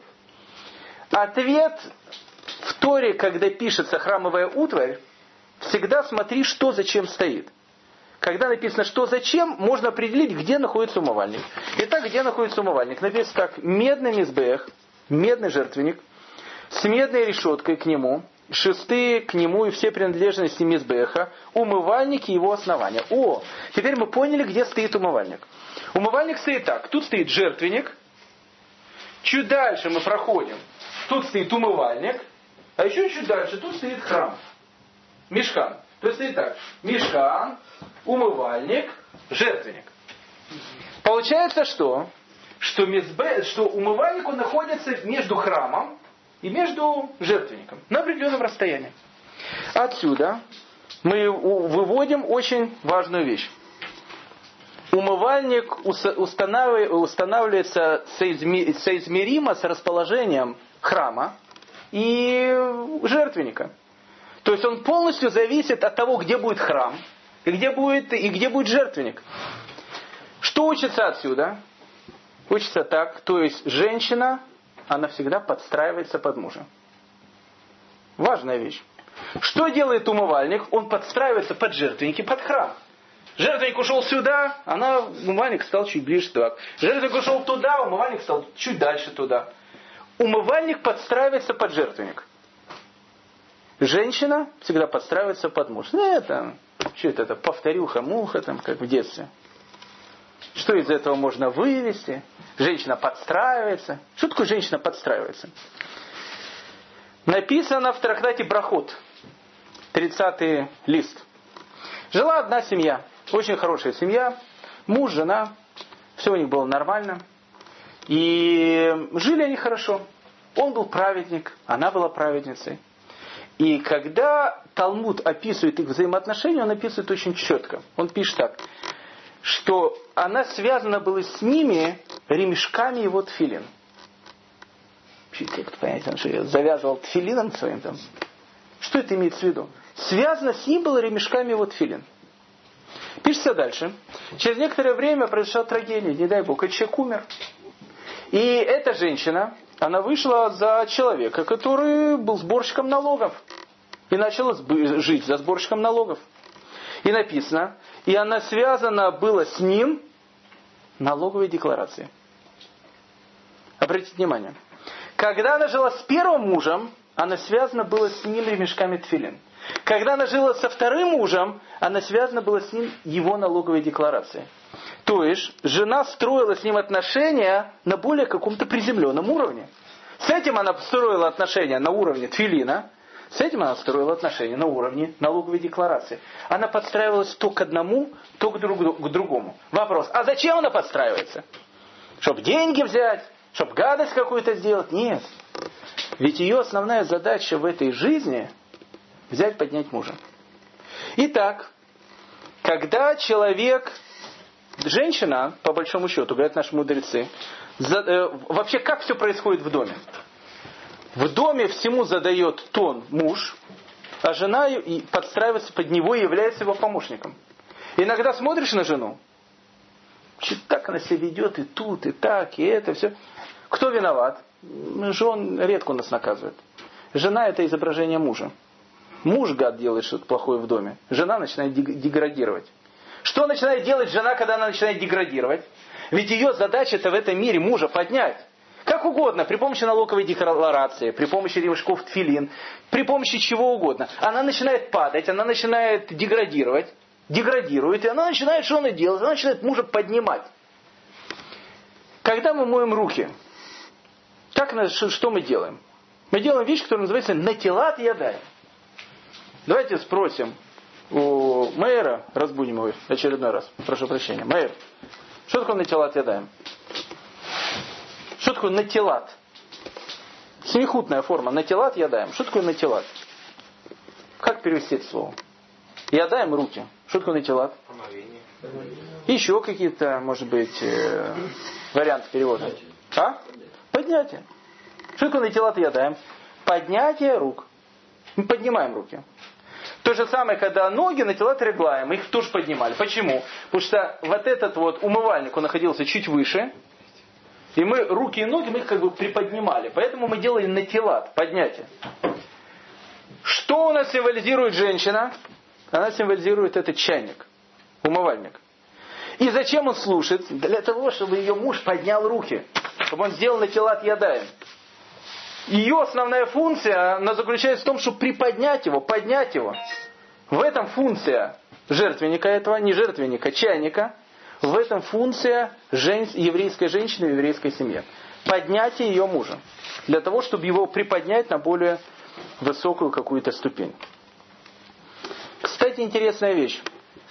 Ответ: в Торе, когда пишется храмовая утварь, всегда смотри, что зачем стоит. Когда написано, что зачем, можно определить, где находится умывальник. Итак, где находится умывальник? Написано так: медный мизбех, медный жертвенник, с медной решеткой к нему, шесты к нему и все принадлежности мизбеха, умывальник и его основания. О, теперь мы поняли, где стоит умывальник. Умывальник стоит так. Тут стоит жертвенник. Чуть дальше мы проходим. Тут стоит умывальник. А еще чуть дальше тут стоит храм. Мишкан. То есть стоит так. Мишкан, умывальник, жертвенник. Получается что? Что, мизбе, что умывальник он находится между храмом и между жертвенником на определенном расстоянии. Отсюда мы выводим очень важную вещь. Умывальник устанавливается соизмеримо с расположением храма и жертвенника. То есть он полностью зависит от того, где будет храм и где будет, и где будет жертвенник. Что учится отсюда? Учится так, то есть женщина, она всегда подстраивается под мужа. Важная вещь. Что делает умывальник? Он подстраивается под жертвенник и под храм. Жертвенник ушел сюда, она, умывальник стал чуть ближе туда. Жертвенник ушел туда, умывальник стал чуть дальше туда. Умывальник подстраивается под жертвенник. Женщина всегда подстраивается под мужа. Ну, это, что это, это повторюха, муха, там, как в детстве. Что из этого можно вывести? Женщина подстраивается. Что такое женщина подстраивается? Написано в трактате Брахот, тридцатый лист. Жила одна семья, очень хорошая семья, муж, жена, все у них было нормально. И жили они хорошо. Он был праведник, она была праведницей. И когда Талмуд описывает их взаимоотношения, он описывает очень четко. Он пишет так, что она связана была с ними ремешками его тфилин. Как понять, он что, завязывал тфилином своим там? Что это имеется в виду? Связано с ним было ремешками его тфилин. Пишется дальше. Через некоторое время произошла трагедия, не дай бог, этот человек умер. И эта женщина, она вышла за человека, который был сборщиком налогов. И начала жить за сборщиком налогов. И написано, и она связана была с ним налоговой декларацией. Обратите внимание. Когда она жила с первым мужем, она связана была с ним ремешками тфилин. Когда она жила со вторым мужем, она связана была с ним его налоговой декларацией. То есть, жена строила с ним отношения на более каком-то приземленном уровне. С этим она строила отношения на уровне тфилина, с этим она строила отношения на уровне налоговой декларации. Она подстраивалась то к одному, то к, друг, к другому. Вопрос, а зачем она подстраивается? Чтобы деньги взять? Чтобы гадость какую-то сделать? Нет. Ведь ее основная задача в этой жизни взять, поднять мужа. Итак, когда человек, женщина, по большому счету, говорят наши мудрецы, за, э, вообще как все происходит в доме? В доме всему задает тон муж, а жена подстраивается под него и является его помощником. Иногда смотришь на жену, так она себя ведет и тут, и так, и это все. Кто виноват? Жен редко нас наказывает. Жена это изображение мужа. Муж, гад, делает что-то плохое в доме. Жена начинает деградировать. Что начинает делать жена, когда она начинает деградировать? Ведь ее задача-то в этом мире мужа поднять. Как угодно, при помощи налоговой декларации, при помощи ремешков тфилин, при помощи чего угодно. Она начинает падать, она начинает деградировать, деградирует, и она начинает, что она делает? Она начинает мужа поднимать. Когда мы моем руки, как, что мы делаем? Мы делаем вещь, которая называется натилат ядаем. Давайте спросим у мэра, разбудим его очередной раз, прошу прощения. Мэр, что такое натилат ядаем? Что такое натилат? Семихутная форма. Натилат ядаем. Что такое натилат? Как перевести это слово? Ядаем руки. Что такое натилат? Омовение. Еще какие-то, может быть, э, варианты перевода. А? Поднятие. Что такое натилат ядаем? Поднятие рук. Мы поднимаем руки. То же самое, когда ноги натилат реглаем, мы их тоже поднимали. Почему? Потому что вот этот вот умывальник, он находился чуть выше, и мы руки и ноги, мы их как бы приподнимали. Поэтому мы делали натилат, поднятие. Что у нас символизирует женщина? Она символизирует этот чайник, умывальник. И зачем он служит? Для того, чтобы ее муж поднял руки. Чтобы он сделал натилат ядаем. Ее основная функция, она заключается в том, чтобы приподнять его, поднять его. В этом функция жертвенника этого, не жертвенника, чайника. В этом функция жен... еврейской женщины в еврейской семье. Поднятие ее мужа. Для того, чтобы его приподнять на более высокую какую-то ступень. Кстати, интересная вещь.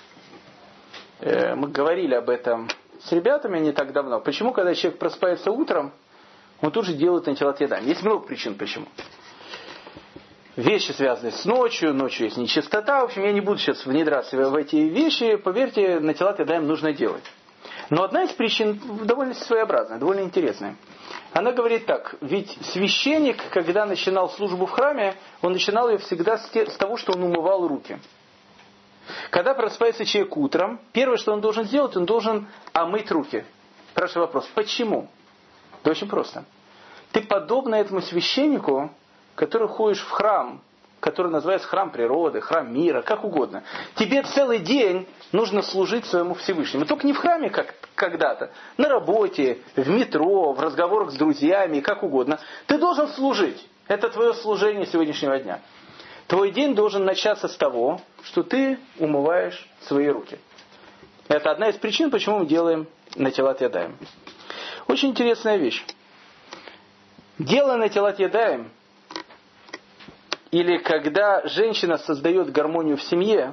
Мы говорили об этом с ребятами не так давно. Почему, когда человек просыпается утром, он тут же делает натилат ядаем? Есть много причин, почему. Вещи, связанные с ночью, ночью есть нечистота. В общем, я не буду сейчас внедряться в эти вещи. Поверьте, натилат ядаем нужно делать. Но одна из причин довольно своеобразная, довольно интересная. Она говорит так. Ведь священник, когда начинал службу в храме, он начинал ее всегда с того, что он умывал руки. Когда просыпается человек утром, первое, что он должен сделать, он должен омыть руки. Спрашиваю вопрос, почему? Это очень просто. Ты подобно этому священнику, который ходишь в храм, который называется храм природы, храм мира, как угодно. Тебе целый день нужно служить своему Всевышнему. Только не в храме, как когда-то, на работе, в метро, в разговорах с друзьями, как угодно. Ты должен служить. Это твое служение сегодняшнего дня. Твой день должен начаться с того, что ты умываешь свои руки. Это одна из причин, почему мы делаем натилат ядаем. Очень интересная вещь. Дело натилат ядаем, или когда женщина создает гармонию в семье,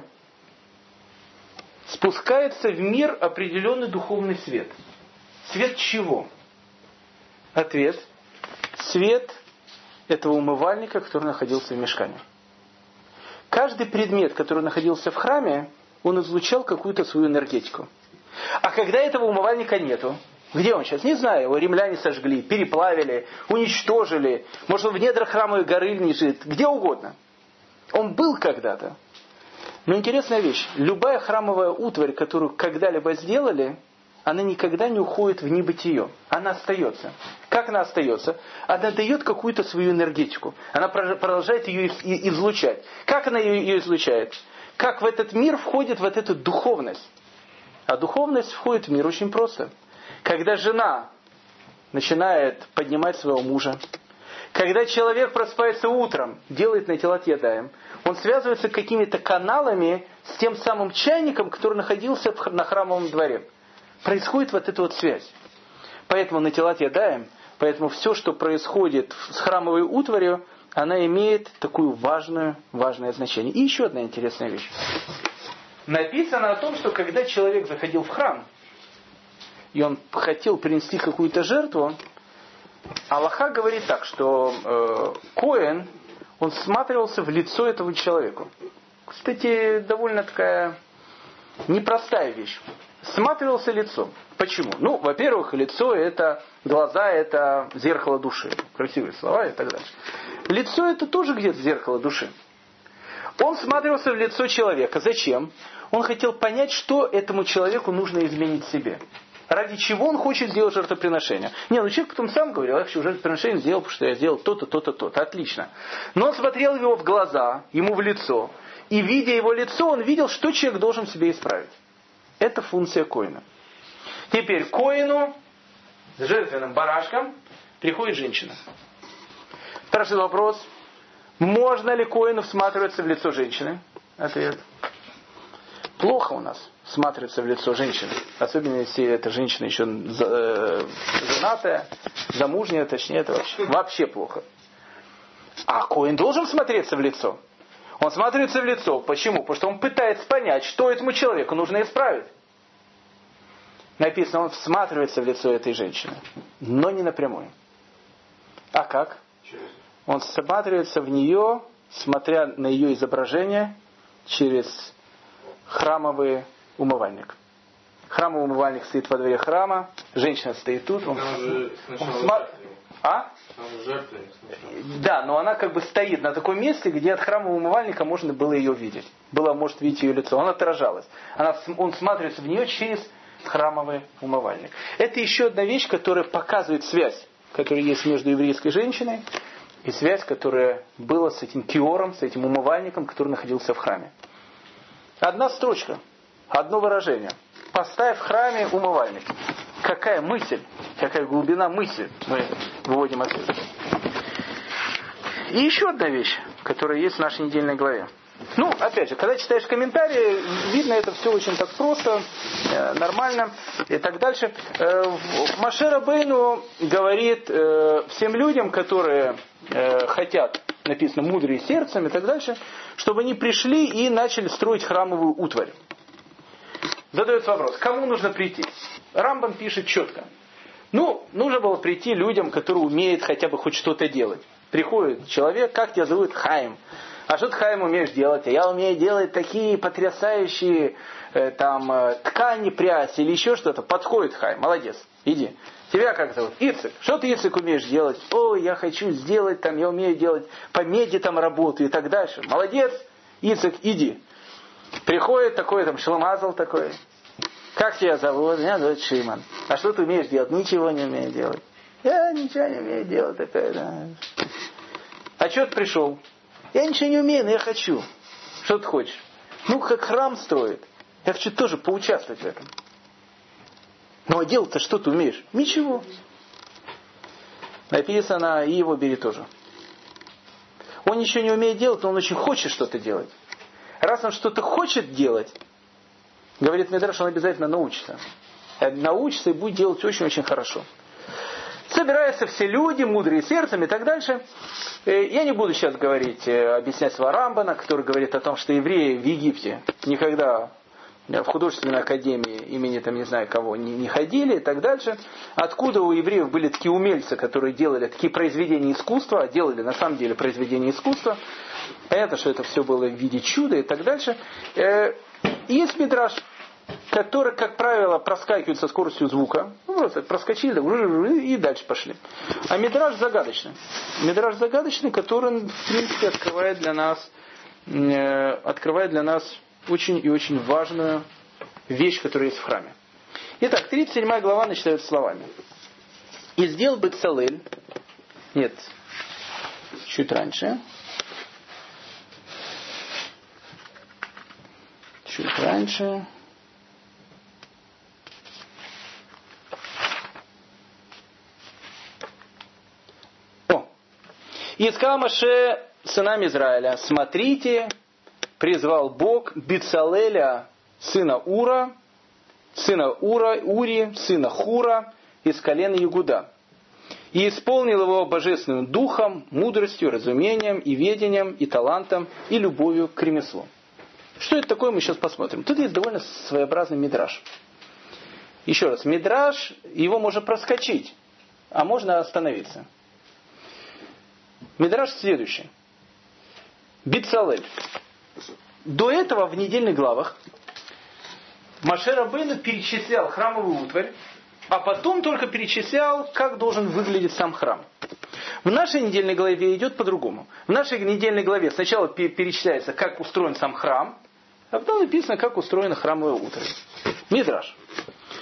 спускается в мир определенный духовный свет. Свет чего? Ответ. Свет этого умывальника, который находился в мишкане. Каждый предмет, который находился в храме, он излучал какую-то свою энергетику. А когда этого умывальника нету, где он сейчас? Не знаю, его римляне сожгли, переплавили, уничтожили. Может, он в недрах храмовой горы лежит, где угодно. Он был когда-то. Но интересная вещь. Любая храмовая утварь, которую когда-либо сделали, она никогда не уходит в небытие. Она остается. Как она остается? Она дает какую-то свою энергетику. Она продолжает ее излучать. Как она ее излучает? Как в этот мир входит вот эта духовность? А духовность входит в мир очень просто. Когда жена начинает поднимать своего мужа, когда человек просыпается утром, делает натилат ядаем, он связывается какими-то каналами с тем самым чайником, который находился на храмовом дворе. Происходит вот эта вот связь. Поэтому натилат ядаем, поэтому все, что происходит с храмовой утварью, она имеет такую важную, важное значение. И еще одна интересная вещь. Написано о том, что когда человек заходил в храм, и он хотел принести какую-то жертву, Аллаха говорит так, что э, Коэн, он всматривался в лицо этого человека. Кстати, довольно такая непростая вещь. Всматривался в лицо. Почему? Ну, во-первых, лицо это, глаза это зеркало души. Красивые слова и так дальше. Лицо это тоже где-то зеркало души. Он всматривался в лицо человека. Зачем? Он хотел понять, что этому человеку нужно изменить в себе. Ради чего он хочет сделать жертвоприношение? Не, ну человек потом сам говорил, я хочу жертвоприношение сделал, потому что я сделал то-то, то-то, то-то. Отлично. Но он смотрел его в глаза, ему в лицо. И видя его лицо, он видел, что человек должен в себе исправить. Это функция коэна. Теперь к коэну с жертвенным барашком приходит женщина. Спрашивает вопрос. Можно ли коэну всматриваться в лицо женщины? Ответ. Плохо у нас всматриваться в лицо женщины. Особенно если эта женщина еще женатая, замужняя, точнее, это вообще, вообще плохо. А коэн должен смотреться в лицо. Он смотрится в лицо. Почему? Потому что он пытается понять, что этому человеку нужно исправить. Написано, он всматривается в лицо этой женщины. Но не напрямую. А как? Он всматривается в нее, смотря на ее изображение, через храмовый умывальник. Храмовый умывальник стоит во дворе храма, женщина стоит тут. Он, он сма... А? Да, но она как бы стоит на таком месте, где от храмового умывальника можно было ее видеть. Было, может, видеть ее лицо. Она отражалась. Она, он смотрится в нее через храмовый умывальник. Это еще одна вещь, которая показывает связь, которая есть между еврейской женщиной и связь, которая была с этим киором, с этим умывальником, который находился в храме. Одна строчка, одно выражение. Поставь в храме умывальник. Какая мысль, какая глубина мысли мы выводим отсюда. И еще одна вещь, которая есть в нашей недельной главе. Ну, опять же, когда читаешь комментарии, видно, это все очень так просто, э, нормально и так дальше. Э, Моше Рабейну говорит э, всем людям, которые э, хотят, написано, мудрые сердцем и так дальше, чтобы они пришли и начали строить храмовую утварь. Задается вопрос, кому нужно прийти? Рамбам пишет четко. Ну, нужно было прийти людям, которые умеют хотя бы хоть что-то делать. Приходит человек, как тебя зовут? Хаим. А что ты, Хаим, умеешь делать? А я умею делать такие потрясающие э, там, э, ткани, прясть или еще что-то. Подходит Хаим, молодец, иди. Тебя как зовут? Ицек. Что ты, Ицек, умеешь делать? Ой, я хочу сделать, там, я умею делать по меди там работу и так дальше. Молодец, Ицек, иди. Приходит такой, там, Шломазл такой. Как тебя зовут? Меня зовут Шимон. А что ты умеешь делать? Ничего не умею делать. Я ничего не умею делать. Такая, да. А что ты пришел? Я ничего не умею, но я хочу. Что ты хочешь? Ну, как храм строит. Я хочу тоже поучаствовать в этом. Ну, а делать-то что ты умеешь? Ничего. Написано, и его бери тоже. Он ничего не умеет делать, но он очень хочет что-то делать. Раз он что-то хочет делать, говорит Мидраш, он обязательно научится. Научится и будет делать очень-очень хорошо. Собираются все люди, мудрые сердцем и так дальше. Я не буду сейчас говорить, объяснять слова Рамбана, который говорит о том, что евреи в Египте никогда в художественной академии имени там не знаю кого не, не ходили и так дальше. Откуда у евреев были такие умельцы, которые делали такие произведения искусства, а делали на самом деле произведения искусства. Понятно, что это все было в виде чуда и так дальше. Есть мидраш, который, как правило, проскакивает со скоростью звука. Ну, просто проскочили и дальше пошли. А мидраш загадочный. Мидраш загадочный, который, в принципе, открывает для нас, э, открывает для нас очень и очень важную вещь, которая есть в храме. Итак, тридцать седьмая глава начинается словами. «И сделал Бецалель...» Нет, чуть раньше. Чуть раньше... И сказал Моше сынам Израиля: смотрите, призвал Бог Бецалеля, сына Ура, сына Ура, Ури, сына Хура, из колена Иуда. И исполнил его божественным духом, мудростью, разумением, и ведением, и талантом, и любовью к ремеслу. Что это такое, мы сейчас посмотрим. Тут есть довольно своеобразный мидраш. Еще раз, мидраш, его можно проскочить, а можно остановиться. Мидраш следующий. Бецалель. До этого в недельных главах Моше Рабейну перечислял храмовую утварь, а потом только перечислял, как должен выглядеть сам храм. В нашей недельной главе идет по-другому. В нашей недельной главе сначала перечисляется, как устроен сам храм, а потом написано, как устроена храмовая утварь. Мидраш.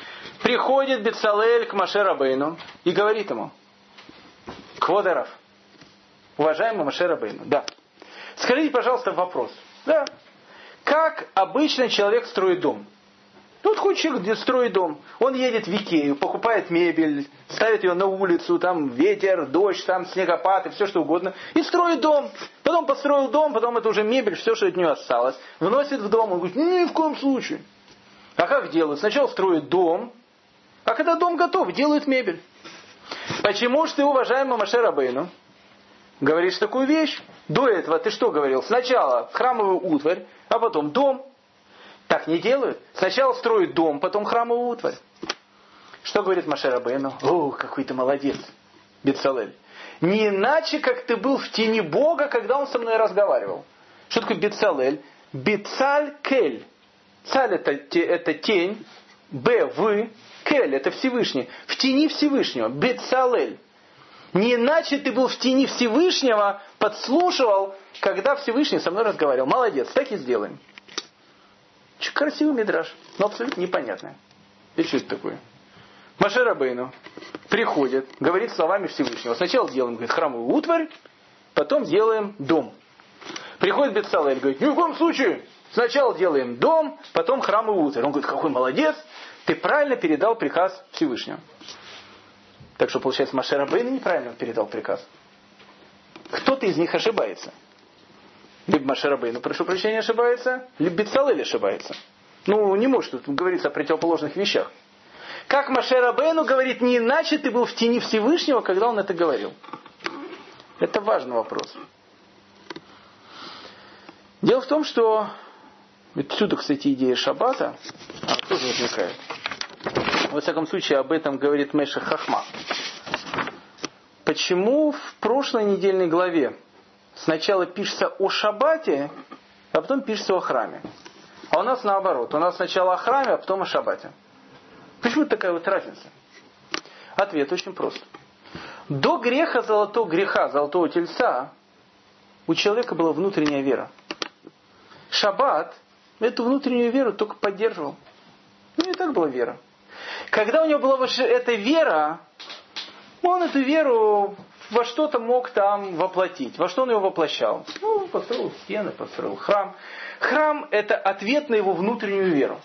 Приходит Бецалель к Моше Рабейну и говорит ему: Кводерав, уважаемый Моше Рабейну, да. Скажите, пожалуйста, вопрос. Да. Как обычно человек строит дом? Тут хочет человек строить дом. Он едет в Икею, покупает мебель, ставит ее на улицу, там ветер, дождь, там снегопад и все что угодно. И строит дом. Потом построил дом, потом это уже мебель, все, что от нее осталось. Вносит в дом. Он говорит: ни в коем случае. А как делают? Сначала строят дом, а когда дом готов, делают мебель. Почему же ты, уважаемый Моше Рабейну, говоришь такую вещь? До этого ты что говорил? Сначала храмовую утварь, а потом дом. Так не делают. Сначала строят дом, потом храмовую утварь. Что говорит Моше Рабейну? О, какой ты молодец, Бецалель. Не иначе, как ты был в тени Бога, когда он со мной разговаривал. Что такое Бецалель? Бецаль-кель. Цаль это, это тень, Б, вы, Кель, это Всевышний. В тени Всевышнего. Бецалель. Не иначе ты был в тени Всевышнего, подслушивал, когда Всевышний со мной разговаривал. Молодец, так и сделаем. Че красивый мидраш, но абсолютно непонятное. И что это такое? Моше Рабейну приходит, говорит словами Всевышнего. Сначала делаем, говорит, храмовую утварь, потом делаем дом. Приходит Бецалель, говорит: ни в коем случае. Сначала делаем дом, потом храмовую утварь. Он говорит: какой молодец, ты правильно передал приказ Всевышнего. Так что, получается, Моше Рабейну неправильно передал приказ. Кто-то из них ошибается. Либо Моше Рабейну, прошу прощения, ошибается, либо Бецалель ошибается. Ну, не может тут говориться о противоположных вещах. Как Моше Рабейну говорит: не иначе ты был в тени Всевышнего, когда он это говорил. Это важный вопрос. Дело в том, что отсюда, кстати, идея шаббата она тоже возникает. Во всяком случае, об этом говорит Мешech Хахма. Почему в прошлой недельной главе сначала пишется о шаббате, а потом пишется о храме? А у нас наоборот. У нас сначала о храме, а потом о шаббате. Почему такая вот разница? Ответ очень прост. До греха золотого греха, золотого тельца, у человека была внутренняя вера. Шаббат эту внутреннюю веру только поддерживал. Ну, и так была вера. Когда у него была эта вера, он эту веру во что-то мог там воплотить. Во что он ее воплощал? Ну, построил стены, построил храм. Храм – это ответ на его внутреннюю веру.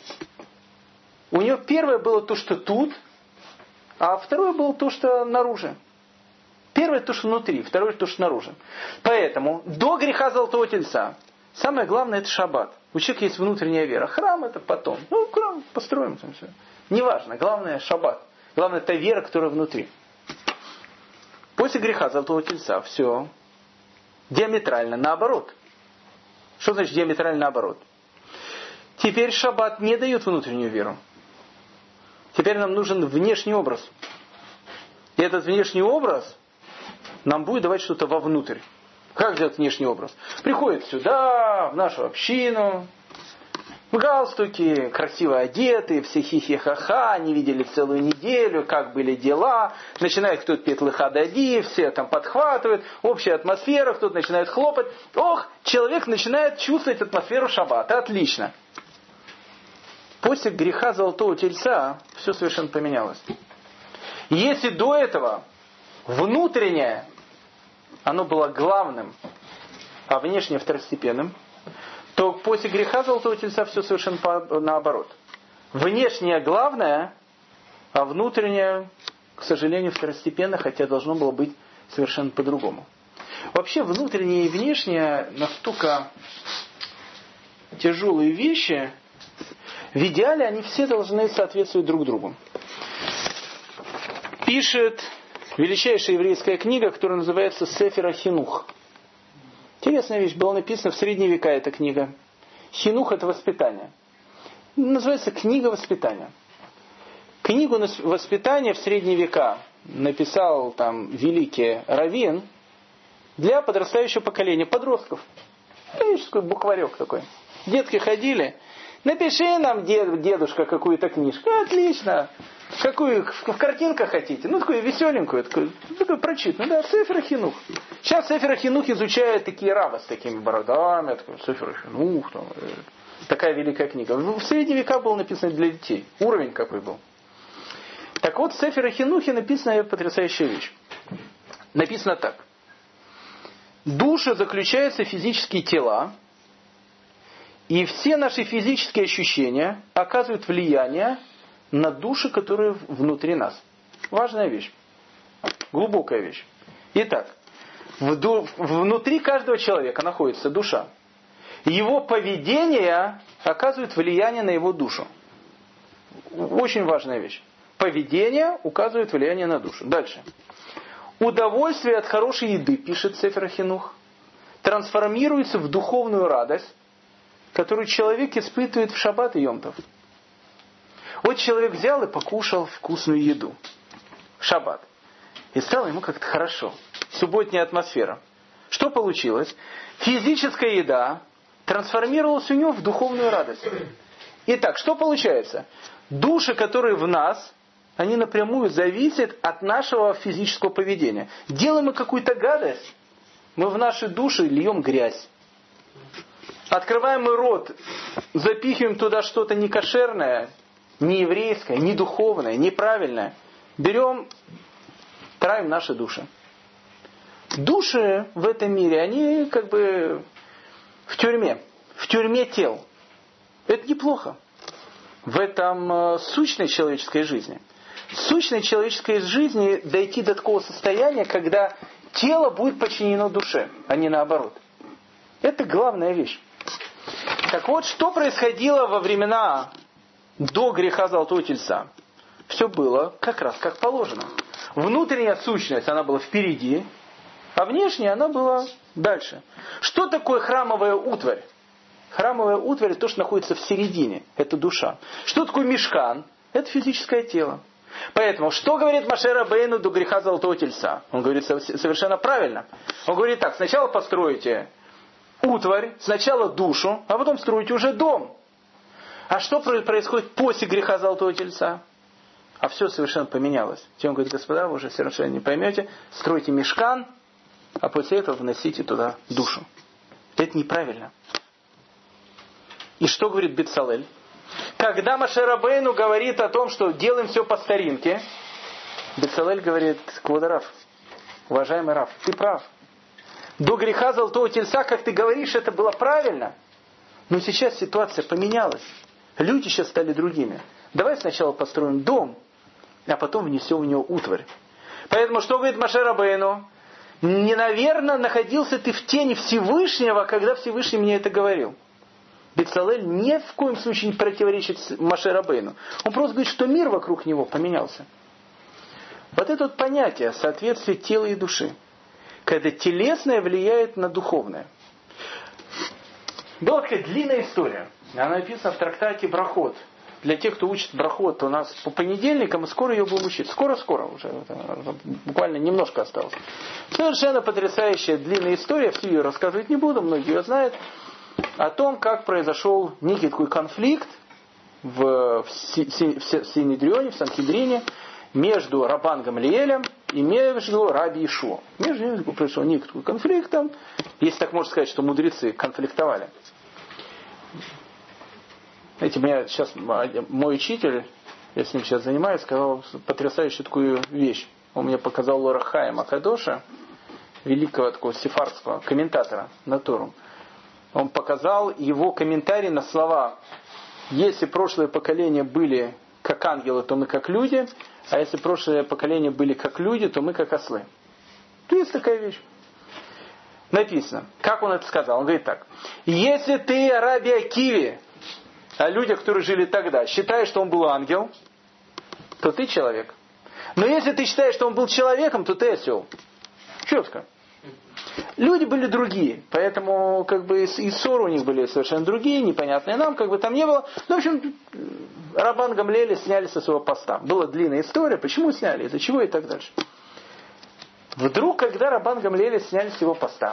У него первое было то, что тут, а второе было то, что наружу. Первое то, что внутри, второе то, что снаружи. Поэтому до греха золотого тельца самое главное – это шаббат. У человека есть внутренняя вера. Храм – это потом. Ну, храм построим там все. Неважно. Главное – шаббат. Главное – та вера, которая внутри. После греха золотого тельца все диаметрально наоборот. Что значит диаметрально наоборот? Теперь шаббат не дает внутреннюю веру. Теперь нам нужен внешний образ. И этот внешний образ нам будет давать что-то вовнутрь. Как сделать внешний образ? Приходит сюда, в нашу общину, в галстуке, красиво одеты, все хихи-ха-ха, не видели целую неделю, как были дела. Начинает кто-то петь лыха-дади, все там подхватывают, общая атмосфера, кто-то начинает хлопать. Ох, человек начинает чувствовать атмосферу шаббата. Отлично. После греха золотого тельца все совершенно поменялось. Если до этого внутреннее, оно было главным, а внешнее второстепенным, то после греха золотого тельца все совершенно наоборот. Внешнее главное, а внутреннее, к сожалению, второстепенно, хотя должно было быть совершенно по-другому. Вообще внутреннее и внешнее настолько тяжелые вещи. В идеале они все должны соответствовать друг другу. Пишет величайшая еврейская книга, которая называется Сефер а-Хинух. Интересная вещь, была написана в средние века эта книга. Хинух – это воспитание. Называется книга воспитания. Книгу воспитания в средние века написал там великий раввин для подрастающего поколения, подростков. Такой букварек такой. Детки ходили. Напиши нам, дед, дедушка, какую-то книжку. Отлично. Какую в картинках хотите? Ну, такую веселенькую, такую, такую прочитанную. Да, Сефер а-Хинух. Сейчас Сефер а-Хинух изучают такие рабы с такими бородами. Такой, Сефер а-Хинух. Там, э, такая великая книга. В средние века было написано для детей. Уровень какой был. Так вот, в Сефер Хинухе написана потрясающая вещь. Написано так. Душа заключается в физические тела, и все наши физические ощущения оказывают влияние на души, которые внутри нас. Важная вещь. Глубокая вещь. Итак, внутри каждого человека находится душа. Его поведение оказывает влияние на его душу. Очень важная вещь. Поведение указывает влияние на душу. Дальше. Удовольствие от хорошей еды, пишет Сефер Хинух, трансформируется в духовную радость, которую человек испытывает в шаббат и йом тов. Вот человек взял и покушал вкусную еду в шаббат. И стало ему как-то хорошо. Субботняя атмосфера. Что получилось? Физическая еда трансформировалась у него в духовную радость. Итак, что получается? Души, которые в нас, они напрямую зависят от нашего физического поведения. Делаем мы какую-то гадость, мы в наши души льем грязь. Открываем мы рот, запихиваем туда что-то некошерное, нееврейское, недуховное, неправильное. Берем, травим наши души. Души в этом мире, они как бы в тюрьме, в тюрьме тел. Это неплохо. В этом сущность человеческой жизни. Сущность человеческой жизни дойти до такого состояния, когда тело будет подчинено душе, а не наоборот. Это главная вещь. Так вот, что происходило во времена до греха Золотого Тельца? Все было как раз как положено. Внутренняя сущность, она была впереди, а внешняя она была дальше. Что такое храмовая утварь? Храмовая утварь – это то, что находится в середине. Это душа. Что такое мишкан? Это физическое тело. Поэтому, что говорит Моше Рабейну до греха Золотого Тельца? Он говорит совершенно правильно. Он говорит так: сначала постройте утварь, сначала душу, а потом строите уже дом. А что происходит после греха Золотого Тельца? А все совершенно поменялось. Он говорит: господа, вы уже совершенно не поймете, стройте мишкан, а после этого вносите туда душу. Это неправильно. И что говорит Бецалель? Когда Моше Рабейну говорит о том, что делаем все по старинке, Бецалель говорит: квод Рав, уважаемый Рав, ты прав. До греха Золотого Тельца, как ты говоришь, это было правильно. Но сейчас ситуация поменялась. Люди сейчас стали другими. Давай сначала построим дом, а потом внесем в него утварь. Поэтому что говорит Моше Рабейну? Не, наверное, находился ты в тени Всевышнего, когда Всевышний мне это говорил. Бецалель ни в коем случае не противоречит Моше Рабейну. Он просто говорит, что мир вокруг него поменялся. Вот это вот понятие соответствия тела и души. Когда телесное влияет на духовное. Была такая длинная история. Она написана в трактате Брахот. Для тех, кто учит Брахот у нас по понедельникам, и скоро ее будем учить. Скоро-скоро уже. Буквально немножко осталось. Совершенно потрясающая длинная история. Всю ее рассказывать не буду, многие ее знают. О том, как произошел некий такой конфликт в, в Синедрионе, в Санхедрине, между Рабан Гамлиэлем и между Раби Ишуа. Между ними произошел некий такой конфликт. Там, если так можно сказать, что мудрецы конфликтовали. Знаете, у меня сейчас мой учитель, я с ним сейчас занимаюсь, сказал потрясающую такую вещь. Он мне показал Ор Хаима Кадоша, великого такого сефардского комментатора на Тору. Он показал его комментарий на слова: если прошлые поколения были как ангелы, то мы как люди, а если прошлые поколения были как люди, то мы как ослы. То есть такая вещь. Написано. Как он это сказал? Он говорит так: если ты, Раби Акиви, о людях, которые жили тогда, считаешь, что он был ангел, то ты человек. Но если ты считаешь, что он был человеком, то ты осел. Четко. Люди были другие, поэтому как бы и ссоры у них были совершенно другие, непонятные нам, как бы там не было. Ну, в общем, Рабан Гамлиэля сняли со своего поста. Была длинная история, почему сняли, из-за чего и так дальше. Вдруг, когда Рабан Гамлиэля сняли с его поста,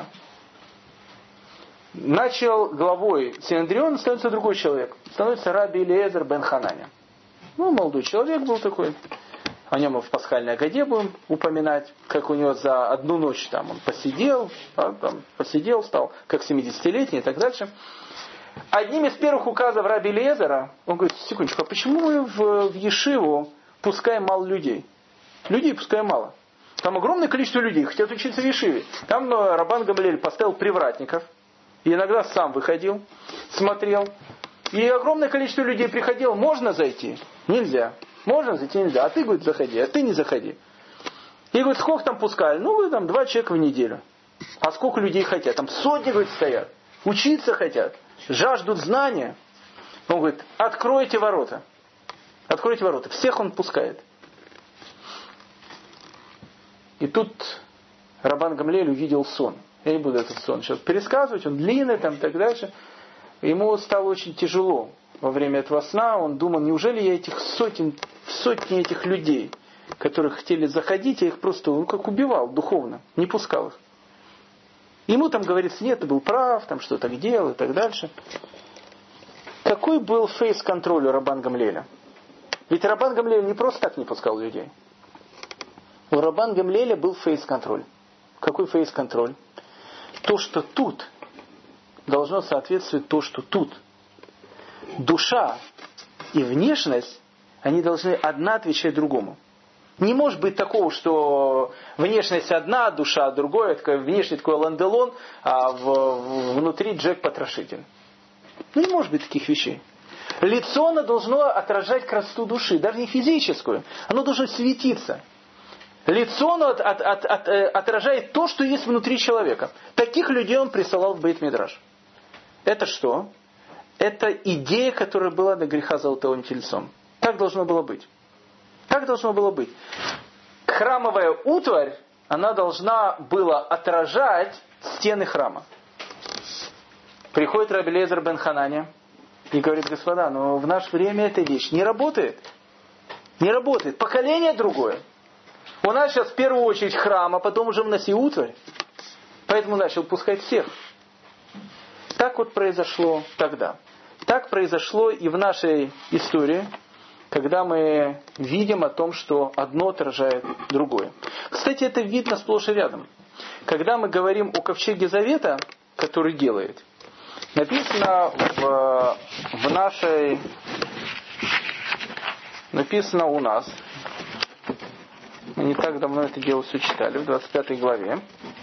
начал главой Синедриона становится другой человек. Становится Раби Элиэзер бен Хананя. Ну, молодой человек был такой. О нем мы в пасхальной Агаде будем упоминать, как у него за одну ночь там он посидел, а, там, посидел, стал как семидесятилетний и так дальше. Одним из первых указов Раби Элиэзера, он говорит: секундочку, а почему вы в, в Ешиву пускай мало людей. Людей пускай мало. Там огромное количество людей хотят учиться в Ешиве. Там Рабан Гамлиэль поставил привратников. И иногда сам выходил, смотрел. И огромное количество людей приходило. Можно зайти? Нельзя. Можно зайти? Нельзя. А ты, говорит, заходи. А ты не заходи. И, говорит, сколько там пускали? Ну, говорит, там два человека в неделю. А сколько людей хотят? Там сотни, говорит, стоят. Учиться хотят. Жаждут знания. Он говорит, откройте ворота. Откройте ворота. Всех он пускает. И тут Рабан Гамлиэль увидел сон. Я не буду этот сон сейчас пересказывать. Он длинный там и так дальше. Ему стало очень тяжело во время этого сна. Он думал, неужели я этих сотен, сотни этих людей, которые хотели заходить, я их просто, ну, как убивал духовно, не пускал их. Ему там говорится, нет, ты был прав, там что так делал и так дальше. Какой был фейс-контроль у Рабан Гамлиэля? Ведь Рабан Гамлиэль не просто так не пускал людей. У Рабан Гамлиэля был фейс-контроль. Какой фейс-контроль? То, что тут, должно соответствовать то, что тут. Душа и внешность, они должны одна отвечать другому. Не может быть такого, что внешность одна, душа другая, такой, внешне такой ланделон, а в, в, внутри Джек-потрошитель. Ну, не может быть таких вещей. Лицо, оно должно отражать красоту души, даже не физическую. Оно должно светиться. Лицо, оно от, от, от, от, отражает то, что есть внутри человека. Таких людей он присылал в Бейт-Мидраш. Это что? Это идея, которая была до греха золотым тельцом. Так должно было быть. Так должно было быть. Храмовая утварь, она должна была отражать стены храма. Приходит Раби Элиэзер бен Хананя и говорит, господа, но в наше время эта вещь не работает. Не работает. Поколение другое. У нас сейчас в первую очередь храм, а потом уже вноси утварь. Поэтому начал пускать всех. Так вот произошло тогда. Так произошло и в нашей истории, когда мы видим о том, что одно отражает другое. Кстати, это видно сплошь и рядом. Когда мы говорим о ковчеге завета, который делает, написано в, в нашей, написано у нас, мы не так давно это дело все читали, в двадцать пятой главе,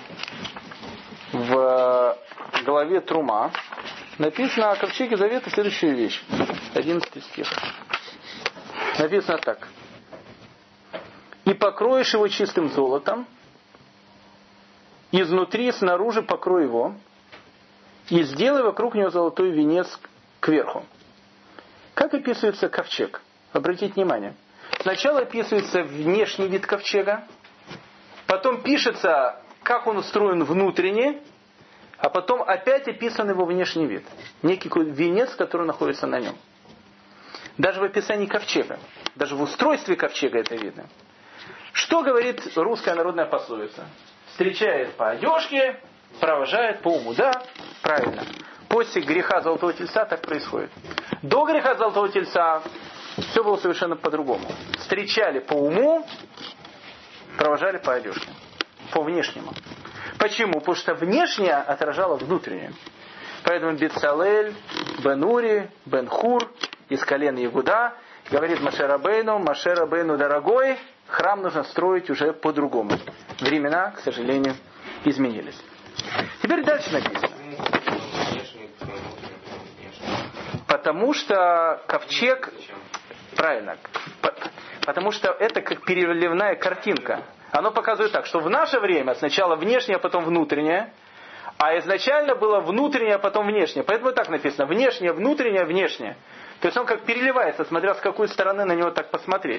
в главе Трума, написано о ковчеге завета следующую вещь. одиннадцатый стих. Написано так. И покроешь его чистым золотом, изнутри и снаружи покрой его, и сделай вокруг него золотой венец кверху. Как описывается ковчег? Обратите внимание. Сначала описывается внешний вид ковчега, потом пишется, как он устроен внутренне, а потом опять описан его внешний вид. Некий венец, который находится на нем. Даже в описании ковчега, даже в устройстве ковчега это видно. Что говорит русская народная пословица? Встречает по одежке, провожает по уму. Да, правильно. После греха Золотого Тельца так происходит. До греха Золотого Тельца все было совершенно по-другому. Встречали по уму, провожали по одежке. По внешнему. Почему? Потому что внешнее отражало внутреннее. Поэтому Бецалель, Бен Ури, Бен Хур из колена Иуда говорит Моше Рабейну, Моше Рабейну, дорогой, храм нужно строить уже по-другому. Времена, к сожалению, изменились. Теперь дальше написано. Потому что ковчег, правильно, потому что это как переливная картинка. Оно показывает так, что в наше время сначала внешнее, а потом внутреннее, а изначально было внутреннее, а потом внешнее. Поэтому так написано, внешнее, внутреннее, внешнее. То есть он как переливается, смотря с какой стороны на него так посмотреть.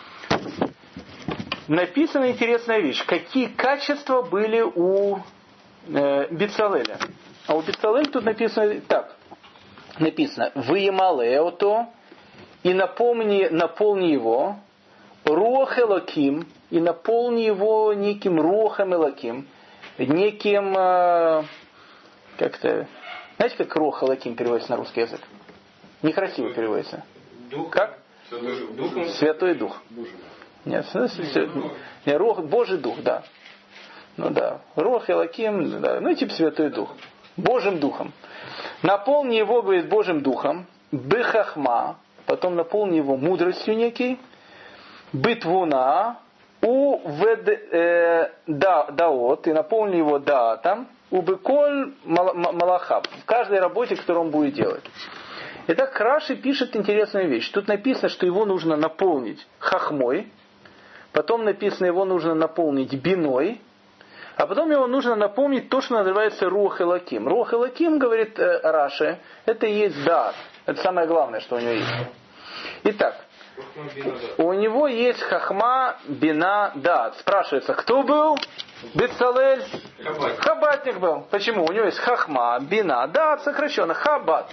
Написана интересная вещь. Какие качества были у э, Бецалеля? А у Бецалеля тут написано так. Написано, «Выемалеото» и наполни, наполни его, «Руах Элоким» и наполни его неким «Руахом Элоким», неким, э, как-то, знаете, как «Руах Элоким» переводится на русский язык? Некрасиво переводится. Дух. Как? Духом. Святой Дух. Нет, не, Рух, Божий Дух, да. Ну да. Рух Элоким, да. Ну типа Святой Дух. Божьим Духом. Наполни его, говорит, Божьим Духом. Бехахма. Потом наполни его мудростью некий. бытвуна, у вед э, да, даот, и наполни его даатом, у быколь малахаб, в каждой работе, которую он будет делать. Итак, Раши пишет интересную вещь. Тут написано, что его нужно наполнить хахмой, потом написано, его нужно наполнить биной, а потом его нужно напомнить то, что называется руах элоким. Руах элоким, говорит э, Раши, это и есть даат. Это самое главное, что у него есть. Итак, у него есть хахма, бина, даат. Спрашивается, кто был? Бецалель? Хабат. Хабатник был. Почему? У него есть хахма, бина, даат, сокращенно, хабат.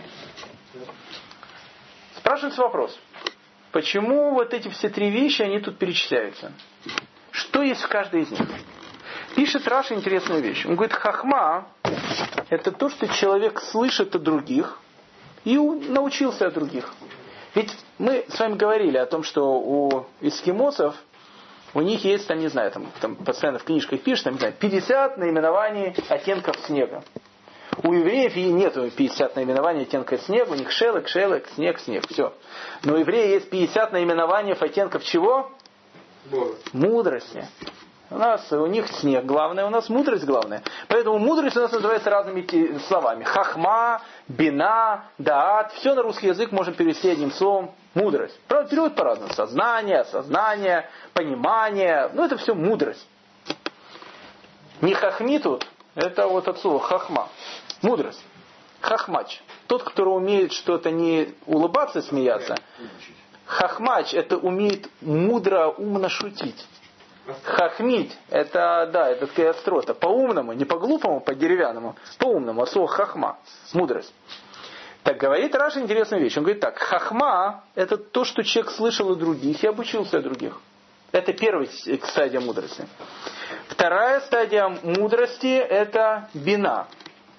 Спрашивается вопрос. Почему вот эти все три вещи, они тут перечисляются? Что есть в каждой из них? Пишет Раши интересную вещь. Он говорит, хахма – это то, что человек слышит от других и научился от других. Ведь мы с вами говорили о том, что у эскимосов, у них есть, там, не знаю, там, там постоянно в книжках пишут, там, не знаю, пятьдесят наименований оттенков снега. У евреев нет пятьдесят наименований оттенков снега, у них шелек, шелек, снег, снег, все. Но у евреев есть пятьдесят наименований оттенков чего? Бога. Мудрости. У нас, у них снег главное, у нас мудрость главная. Поэтому мудрость у нас называется разными словами. Хахма, бина, даат. Все на русский язык можно перевести одним словом мудрость. Правда, перевод по-разному. Сознание, осознание, понимание. Ну, это все мудрость. Не хахми тут, это вот от слова хахма. Мудрость. Хахмач. Тот, который умеет что-то не улыбаться, смеяться. Хахмач, это умеет мудро, умно шутить. Хахмить, это, да, это такая острота. По-умному, не по-глупому, по-деревянному. По-умному, от слова хахма. Мудрость. Так говорит Раши интересную вещь. Он говорит так, хахма, это то, что человек слышал от других и обучился от других. Это первая стадия мудрости. Вторая стадия мудрости, это бина.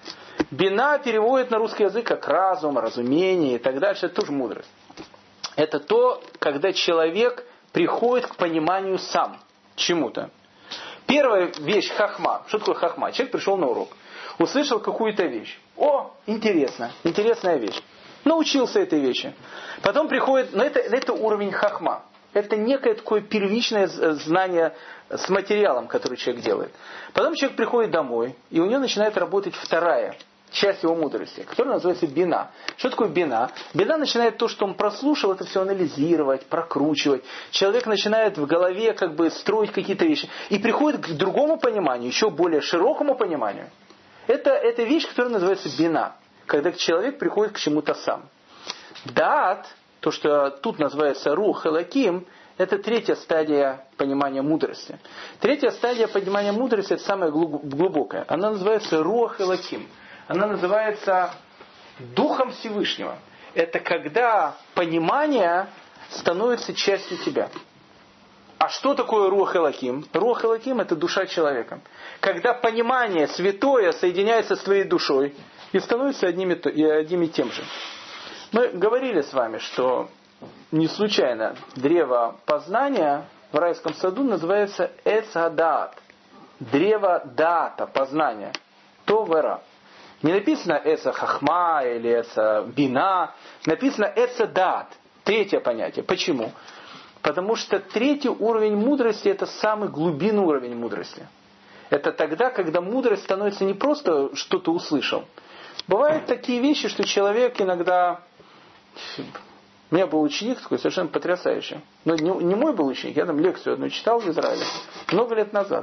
Бина переводит на русский язык как разум, разумение и так дальше. Это тоже мудрость. Это то, когда человек приходит к пониманию сам чему-то. Первая вещь хахма. Что такое хахма? Человек пришел на урок, услышал какую-то вещь. О, интересно, интересная вещь. Научился этой вещи. Потом приходит, но это, это уровень хахма. Это некое такое первичное знание с материалом, который человек делает. Потом человек приходит домой, и у него начинает работать вторая часть его мудрости, которая называется бина. Что такое бина? Бина начинает то, что он прослушал, это все анализировать, прокручивать. Человек начинает в голове как бы строить какие-то вещи. И приходит к другому пониманию, еще более широкому пониманию. Это, это вещь, которая называется бина. Когда человек приходит к чему-то сам. Даат, то, что тут называется рух элоким, это третья стадия понимания мудрости. Третья стадия понимания мудрости, это самая глубокая. Она называется рух элоким. Она называется Духом Всевышнего. Это когда понимание становится частью тебя. А что такое Руах Элоким? Руах Элоким – это душа человека. Когда понимание святое соединяется с твоей душой и становится одним и, одним и тем же. Мы говорили с вами, что не случайно древо познания в райском саду называется Эц-Даат. Древо даата, познания. То-вера. Не написано «эца хахма» или «эца бина». Написано «эца даат». Третье понятие. Почему? Потому что третий уровень мудрости – это самый глубинный уровень мудрости. Это тогда, когда мудрость становится не просто что-то услышал. Бывают такие вещи, что человек иногда... У меня был ученик такой совершенно потрясающий. Но не, не мой был ученик, я там лекцию одну читал в Израиле. Много лет назад.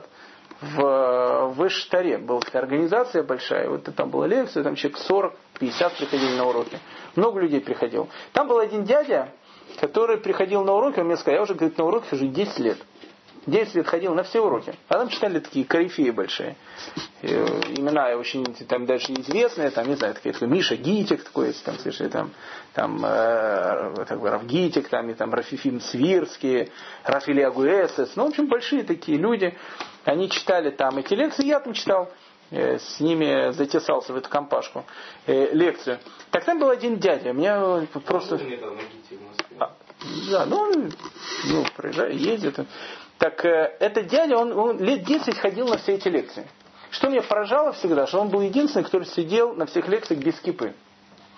В, в Эштаре была такая организация большая, вот там была лекция, там человек сорок-пятьдесят приходили на уроки. Много людей приходило. Там был один дядя, который приходил на уроки, он мне сказал, я уже, говорит, на уроки хожу десять лет. десять лет ходил на все уроки. А там читали такие корифеи большие. И, имена очень там даже неизвестные, там, не знаю, такие, такой Миша Гитик такой, там, слышали, там, там э, такой Рав Гитик, там, и там Рафифим Свирский, Рафили Агуэсес, ну, в общем, большие такие люди. Они читали там эти лекции, я там читал, э, с ними затесался в эту компашку, э, лекцию. Так там был один дядя, меня просто... А, да, ну, ну, проезжает, ездит. Так э, этот дядя, он, он лет десять ходил на все эти лекции. Что меня поражало всегда, что он был единственный, который сидел на всех лекциях без кипы.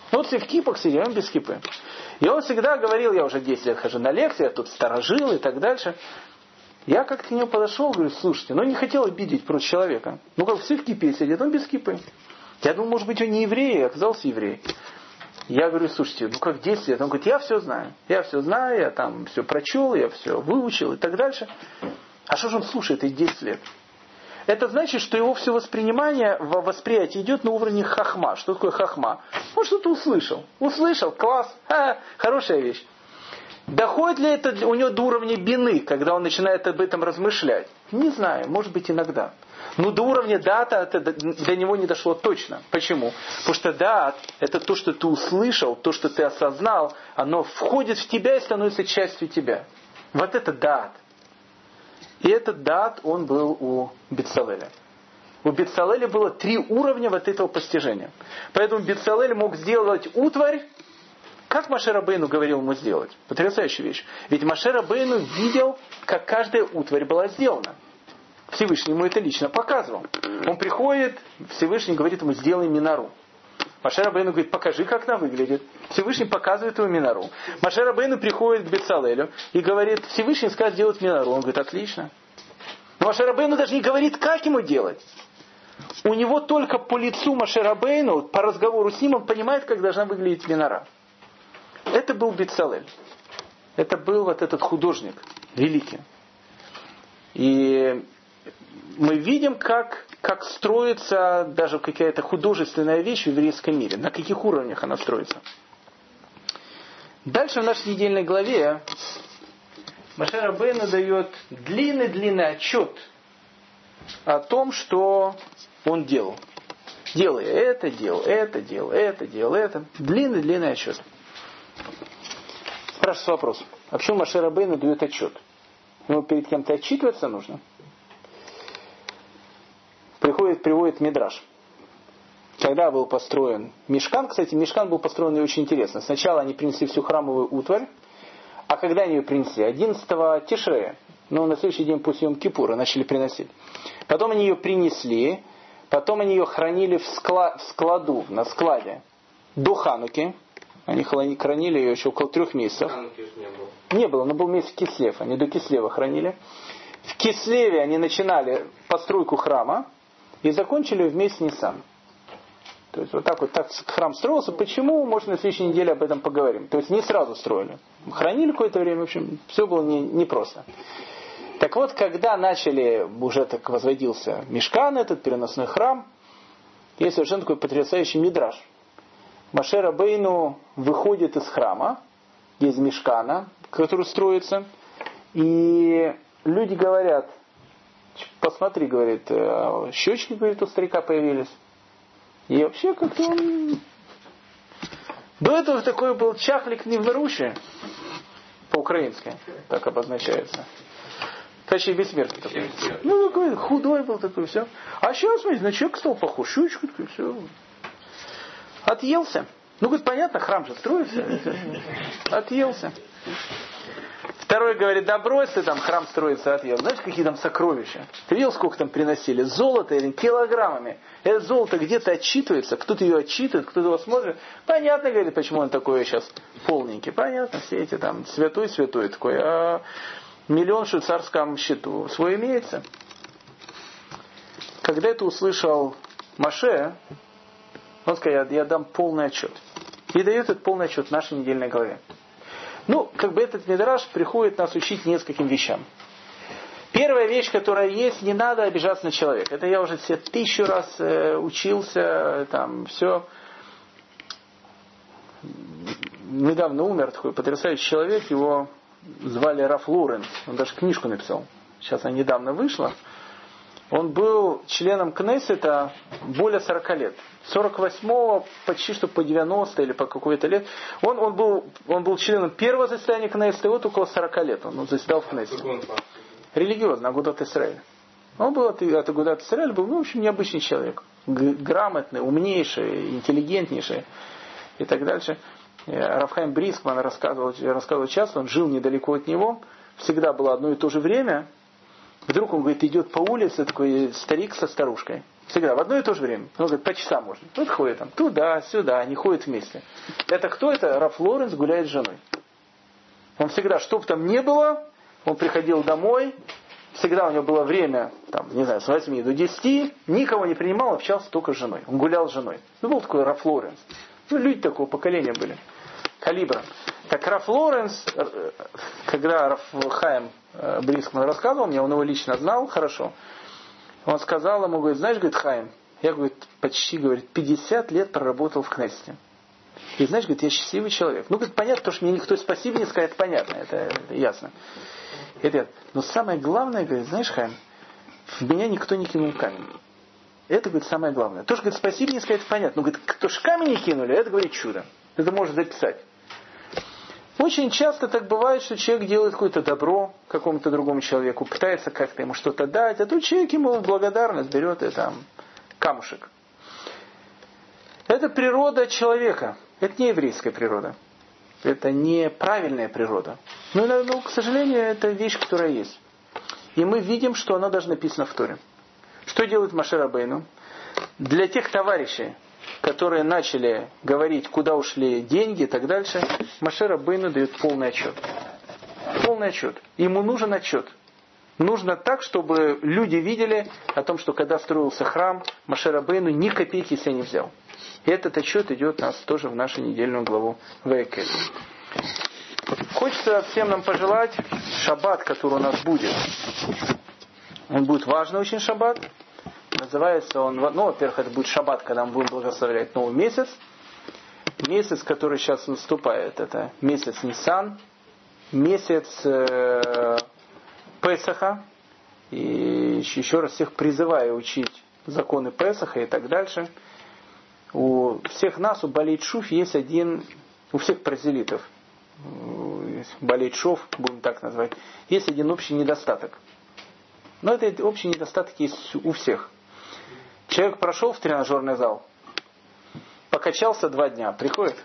Ну вот если в кипах сидим, он без кипы. И он всегда говорил, я уже десять лет хожу на лекции, я тут сторожил и так дальше. Я как-то к нему подошел, говорю, слушайте, ну не хотел обидеть просто человека. Ну как все в кипе сидят, он без кипы. Я думал, может быть, он не еврей, а оказался еврей. Я говорю, слушайте, ну как десять лет? Он говорит, я все знаю. Я все знаю, я там все прочел, я все выучил и так дальше. А что же он слушает эти десять лет? Это значит, что его все воспринимание, восприятие идет на уровне хахма. Что такое хахма? Он что-то услышал. Услышал, класс, ха, хорошая вещь. Доходит ли это у него до уровня бины, когда он начинает об этом размышлять? Не знаю, может быть иногда. Но до уровня дата это до него не дошло точно. Почему? Потому что дат это то, что ты услышал, то, что ты осознал, оно входит в тебя и становится частью тебя. Вот это дат. И этот дат, он был у Бецалеля. У Бецалеля было три уровня вот этого постижения. Поэтому Бецалель мог сделать утварь, как Моше Рабейну говорил ему сделать. Потрясающая вещь. Ведь Моше Рабейну видел, как каждая утварь была сделана. Всевышний ему это лично показывал. Он приходит, Всевышний говорит ему, сделай минару. Моше Рабейну говорит, покажи, как она выглядит. Всевышний показывает ему минару. Моше Рабейну приходит к Бецалелю и говорит, Всевышний скажет сделать минару. Он говорит, отлично. Но Моше Рабейну даже не говорит, как ему делать. У него только по лицу Моше Рабейну, по разговору с ним, он понимает, как должна выглядеть минара. Это был Бецалель. Это был вот этот художник великий. И мы видим, как, как строится даже какая-то художественная вещь в еврейском мире. На каких уровнях она строится. Дальше в нашей недельной главе Моше Рабейну дает длинный-длинный отчет о том, что он делал. Делая это, делал это, делал это, делал это. Длинный-длинный отчет. Спрашивается вопрос. А почему Моше Рабейну дает отчет? Ему перед кем-то отчитываться нужно? Приходит, приводит Мидраш. Когда был построен Мишкан, кстати, Мишкан был построен очень интересно. Сначала они принесли всю храмовую утварь, а когда они ее принесли? одиннадцатого Тишрея. Ну, на следующий день после Йом-Кипура начали приносить. Потом они ее принесли, потом они ее хранили в, склад, в складу, на складе, до Хануки. Они хранили ее еще около трех месяцев. Хануки не было. Не было, но был месяц Кислев. Они до Кислева хранили. В Кислеве они начинали постройку храма и закончили в месяц Нисан. То есть вот так вот так храм строился. Почему? Может, на следующей неделе об этом поговорим. То есть не сразу строили. Хранили какое-то время. В общем, все было непросто. Не так вот, когда начали, уже так возводился Мишкан, этот переносной храм, есть совершенно такой потрясающий мидраш. Моше Рабейну выходит из храма, из Мишкана, который строится, и люди говорят, посмотри, говорит, щечки, говорит, у старика появились. И вообще как-то он... До этого такой был чахлик невмирущий, по-украински, так обозначается. Точнее, бессмертный такой. Ну, такой худой был такой, все. А сейчас, смотрите, на человека стал похож, щечку такой, все. Отъелся. Ну, говорит, понятно, храм же строится. Отъелся. Второй говорит, да брось ты там, храм строится, отъел. Знаешь, какие там сокровища? Ты видел, сколько там приносили? Золото или килограммами. Это золото где-то отчитывается, кто-то ее отчитывает, кто-то его смотрит. Понятно, говорит, почему он такой сейчас полненький. Понятно, все эти там святой-святой такой. А миллион в швейцарском счету свой имеется. Когда это услышал Моше, он сказал, я, я дам полный отчет. И дает этот полный отчет в нашей недельной главе. Ну, как бы этот мидраш приходит нас учить нескольким вещам. Первая вещь, которая есть, не надо обижаться на человека. Это я уже все тысячу раз э, учился, там, все. Недавно умер такой потрясающий человек, его звали Раф Лоренц. Он даже книжку написал. Сейчас она недавно вышла. Он был членом Кнессета более сорока лет. С сорок восьмого почти что по девяносто или по какой-то лет. Он, он, был, он был членом первого заседания Кнессета, и вот около сорока лет он, он заседал в Кнессете. Религиозно, Агудат Исраэль. Он был от, от Агудат Исраэль, был, ну, в общем, необычный человек. Г- грамотный, умнейший, интеллигентнейший и так дальше. Рав Хаим Брискман рассказывал, рассказывал часто, он жил недалеко от него. Всегда было одно и то же время. Вдруг он, говорит, идет по улице, такой старик со старушкой. Всегда, в одно и то же время. Он говорит, по часам можно. Вот ходят там туда, сюда, они ходят вместе. Это кто это? Раф Лоренс гуляет с женой. Он всегда, что бы там ни было, он приходил домой, всегда у него было время, там, не знаю, с восьми до десяти, никого не принимал, общался только с женой. Он гулял с женой. Ну, был такой Раф Лоренс. Ну, люди такого поколения были. Калибра. Так Раф Лоренс, когда Раф Хаим Брискман рассказывал мне, он его лично знал хорошо, он сказал ему, говорит, знаешь, говорит, Хаим, я, говорит, почти, говорит, пятьдесят лет проработал в Кнессете. И знаешь, говорит, я счастливый человек. Ну, говорит, понятно, потому что мне никто спасибо не скажет, понятно, это, это ясно. И говорит, но самое главное, говорит, знаешь, Хаим, в меня никто не кинул камень. Это, говорит, самое главное. То, что, говорит, спасибо не сказать, понятно. Но, говорит, кто ж камень не кинули, это, говорит, чудо. Это можно записать. Очень часто так бывает, что человек делает какое-то добро какому-то другому человеку, пытается как-то ему что-то дать, а тут человек ему в благодарность берет и там камушек. Это природа человека. Это не еврейская природа. Это не правильная природа. Но, ну, к сожалению, это вещь, которая есть. И мы видим, что она даже написана в Торе. Что делает Моше Рабейну? Для тех товарищей, которые начали говорить, куда ушли деньги и так дальше, Моше Рабейну дает полный отчет. Полный отчет. Ему нужен отчет. Нужно так, чтобы люди видели о том, что когда строился храм, Моше Рабейну ни копейки себе не взял. И этот отчет идет у нас тоже в нашу недельную главу Ваикель. Хочется всем нам пожелать шаббат, который у нас будет. Он будет важный очень шаббат. Называется он, ну, во-первых, это будет шаббат, когда мы будем благословлять новый месяц. Месяц, который сейчас наступает, это месяц Нисан, месяц э, Песаха. И еще раз всех призываю учить законы Песаха и так дальше. У всех нас, у Балей Тшув, есть один, у всех празелитов, Балей Тшув, будем так назвать, есть один общий недостаток. Но этот общий недостаток есть у всех. Человек прошел в тренажерный зал, покачался два дня, приходит,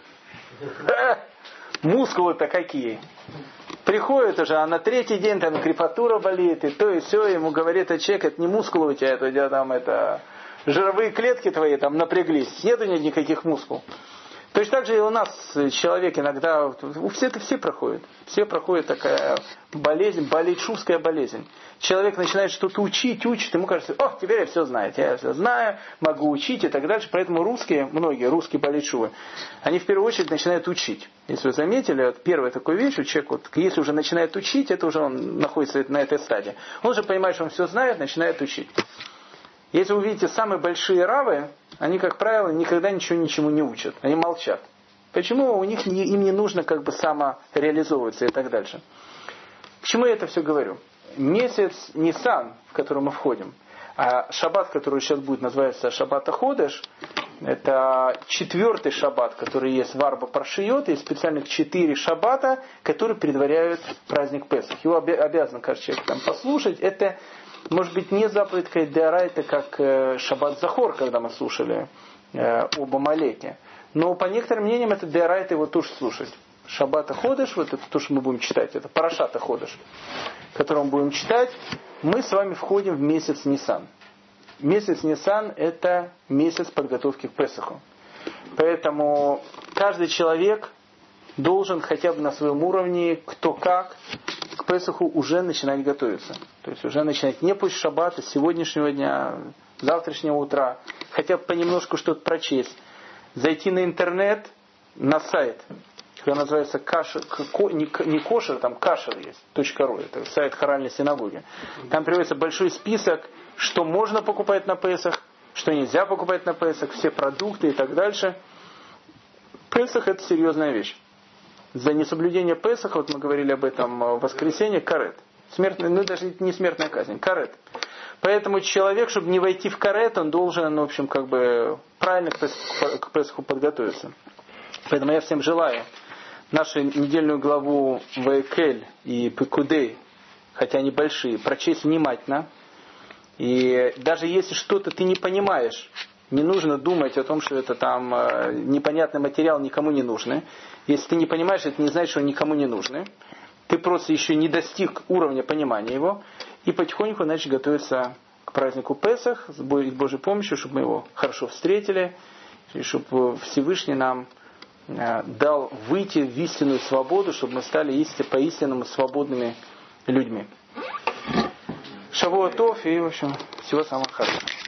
мускулы-то какие. Приходит уже, а на третий день там крепатура болит, и то, и все, ему говорит, это человек, это не мускулы у тебя, это у тебя там это... жировые клетки твои там напряглись, нет у них никаких мускул. Точно так же и у нас человек иногда, у все это все проходит. Все проходит такая болезнь, болейшувская болезнь. Человек начинает что-то учить, учит, ему кажется, о, теперь я все знаю, я все знаю, могу учить и так дальше. Поэтому русские, многие русские болейшувы, они в первую очередь начинают учить. Если вы заметили, вот первая такая вещь, у человека, вот, если уже начинает учить, это уже он находится на этой стадии. Он же понимает, что он все знает, начинает учить. Если вы увидите самые большие равы, они, как правило, никогда ничего ничему не учат. Они молчат. Почему? У них не, им не нужно как бы самореализовываться и так дальше. Почему я это все говорю? Месяц Нисан, в который мы входим, а шаббат, который сейчас будет называться Шаббат Ходеш, это четвертый шаббат, который есть в Арба Паршиот, есть специальных четыре шаббата, которые предваряют праздник Песах. Его обязан каждый человек там послушать. Это, может быть, не заповедь Кайдеарайта, как э, Шаббат Захор, когда мы слушали э, об Амалеке. Но по некоторым мнениям это Деорайта его тоже слушать. Шаббата Ходеш, вот это то, что мы будем читать, это Парашата Ходеш, который мы будем читать. Мы с вами входим в месяц Нисан. Месяц Нисан это месяц подготовки к Песаху. Поэтому каждый человек должен хотя бы на своем уровне, кто как, к Песаху уже начинать готовиться. То есть уже начинать не пусть шаббата, сегодняшнего дня, завтрашнего утра, хотя бы понемножку что-то прочесть. Зайти на интернет, на сайт, который называется кашер, не, не кошер, там кашер есть, .ру, это сайт хоральной синагоги. Там приводится большой список, что можно покупать на Песах, что нельзя покупать на Песах, все продукты и так дальше. Песах это серьезная вещь. За несоблюдение Песаха, вот мы говорили об этом в воскресенье, карет. Смертная, ну даже не смертная казнь, карет. Поэтому человек, чтобы не войти в карет, он должен, в общем, как бы правильно к Песаху, к Песаху подготовиться. Поэтому я всем желаю нашу недельную главу Ваикель и Пекудей, хотя они большие, прочесть внимательно. И даже если что-то ты не понимаешь, не нужно думать о том, что это там непонятный материал, никому не нужный. Если ты не понимаешь, это не значит, что он никому не нужный. Ты просто еще не достиг уровня понимания его. И потихоньку начать готовиться к празднику Песах, с Божьей помощью, чтобы мы его хорошо встретили, и чтобы Всевышний нам дал выйти в истинную свободу, чтобы мы стали исти, по-истинному свободными людьми. Шавуа Тов и, в общем, всего самого хорошего.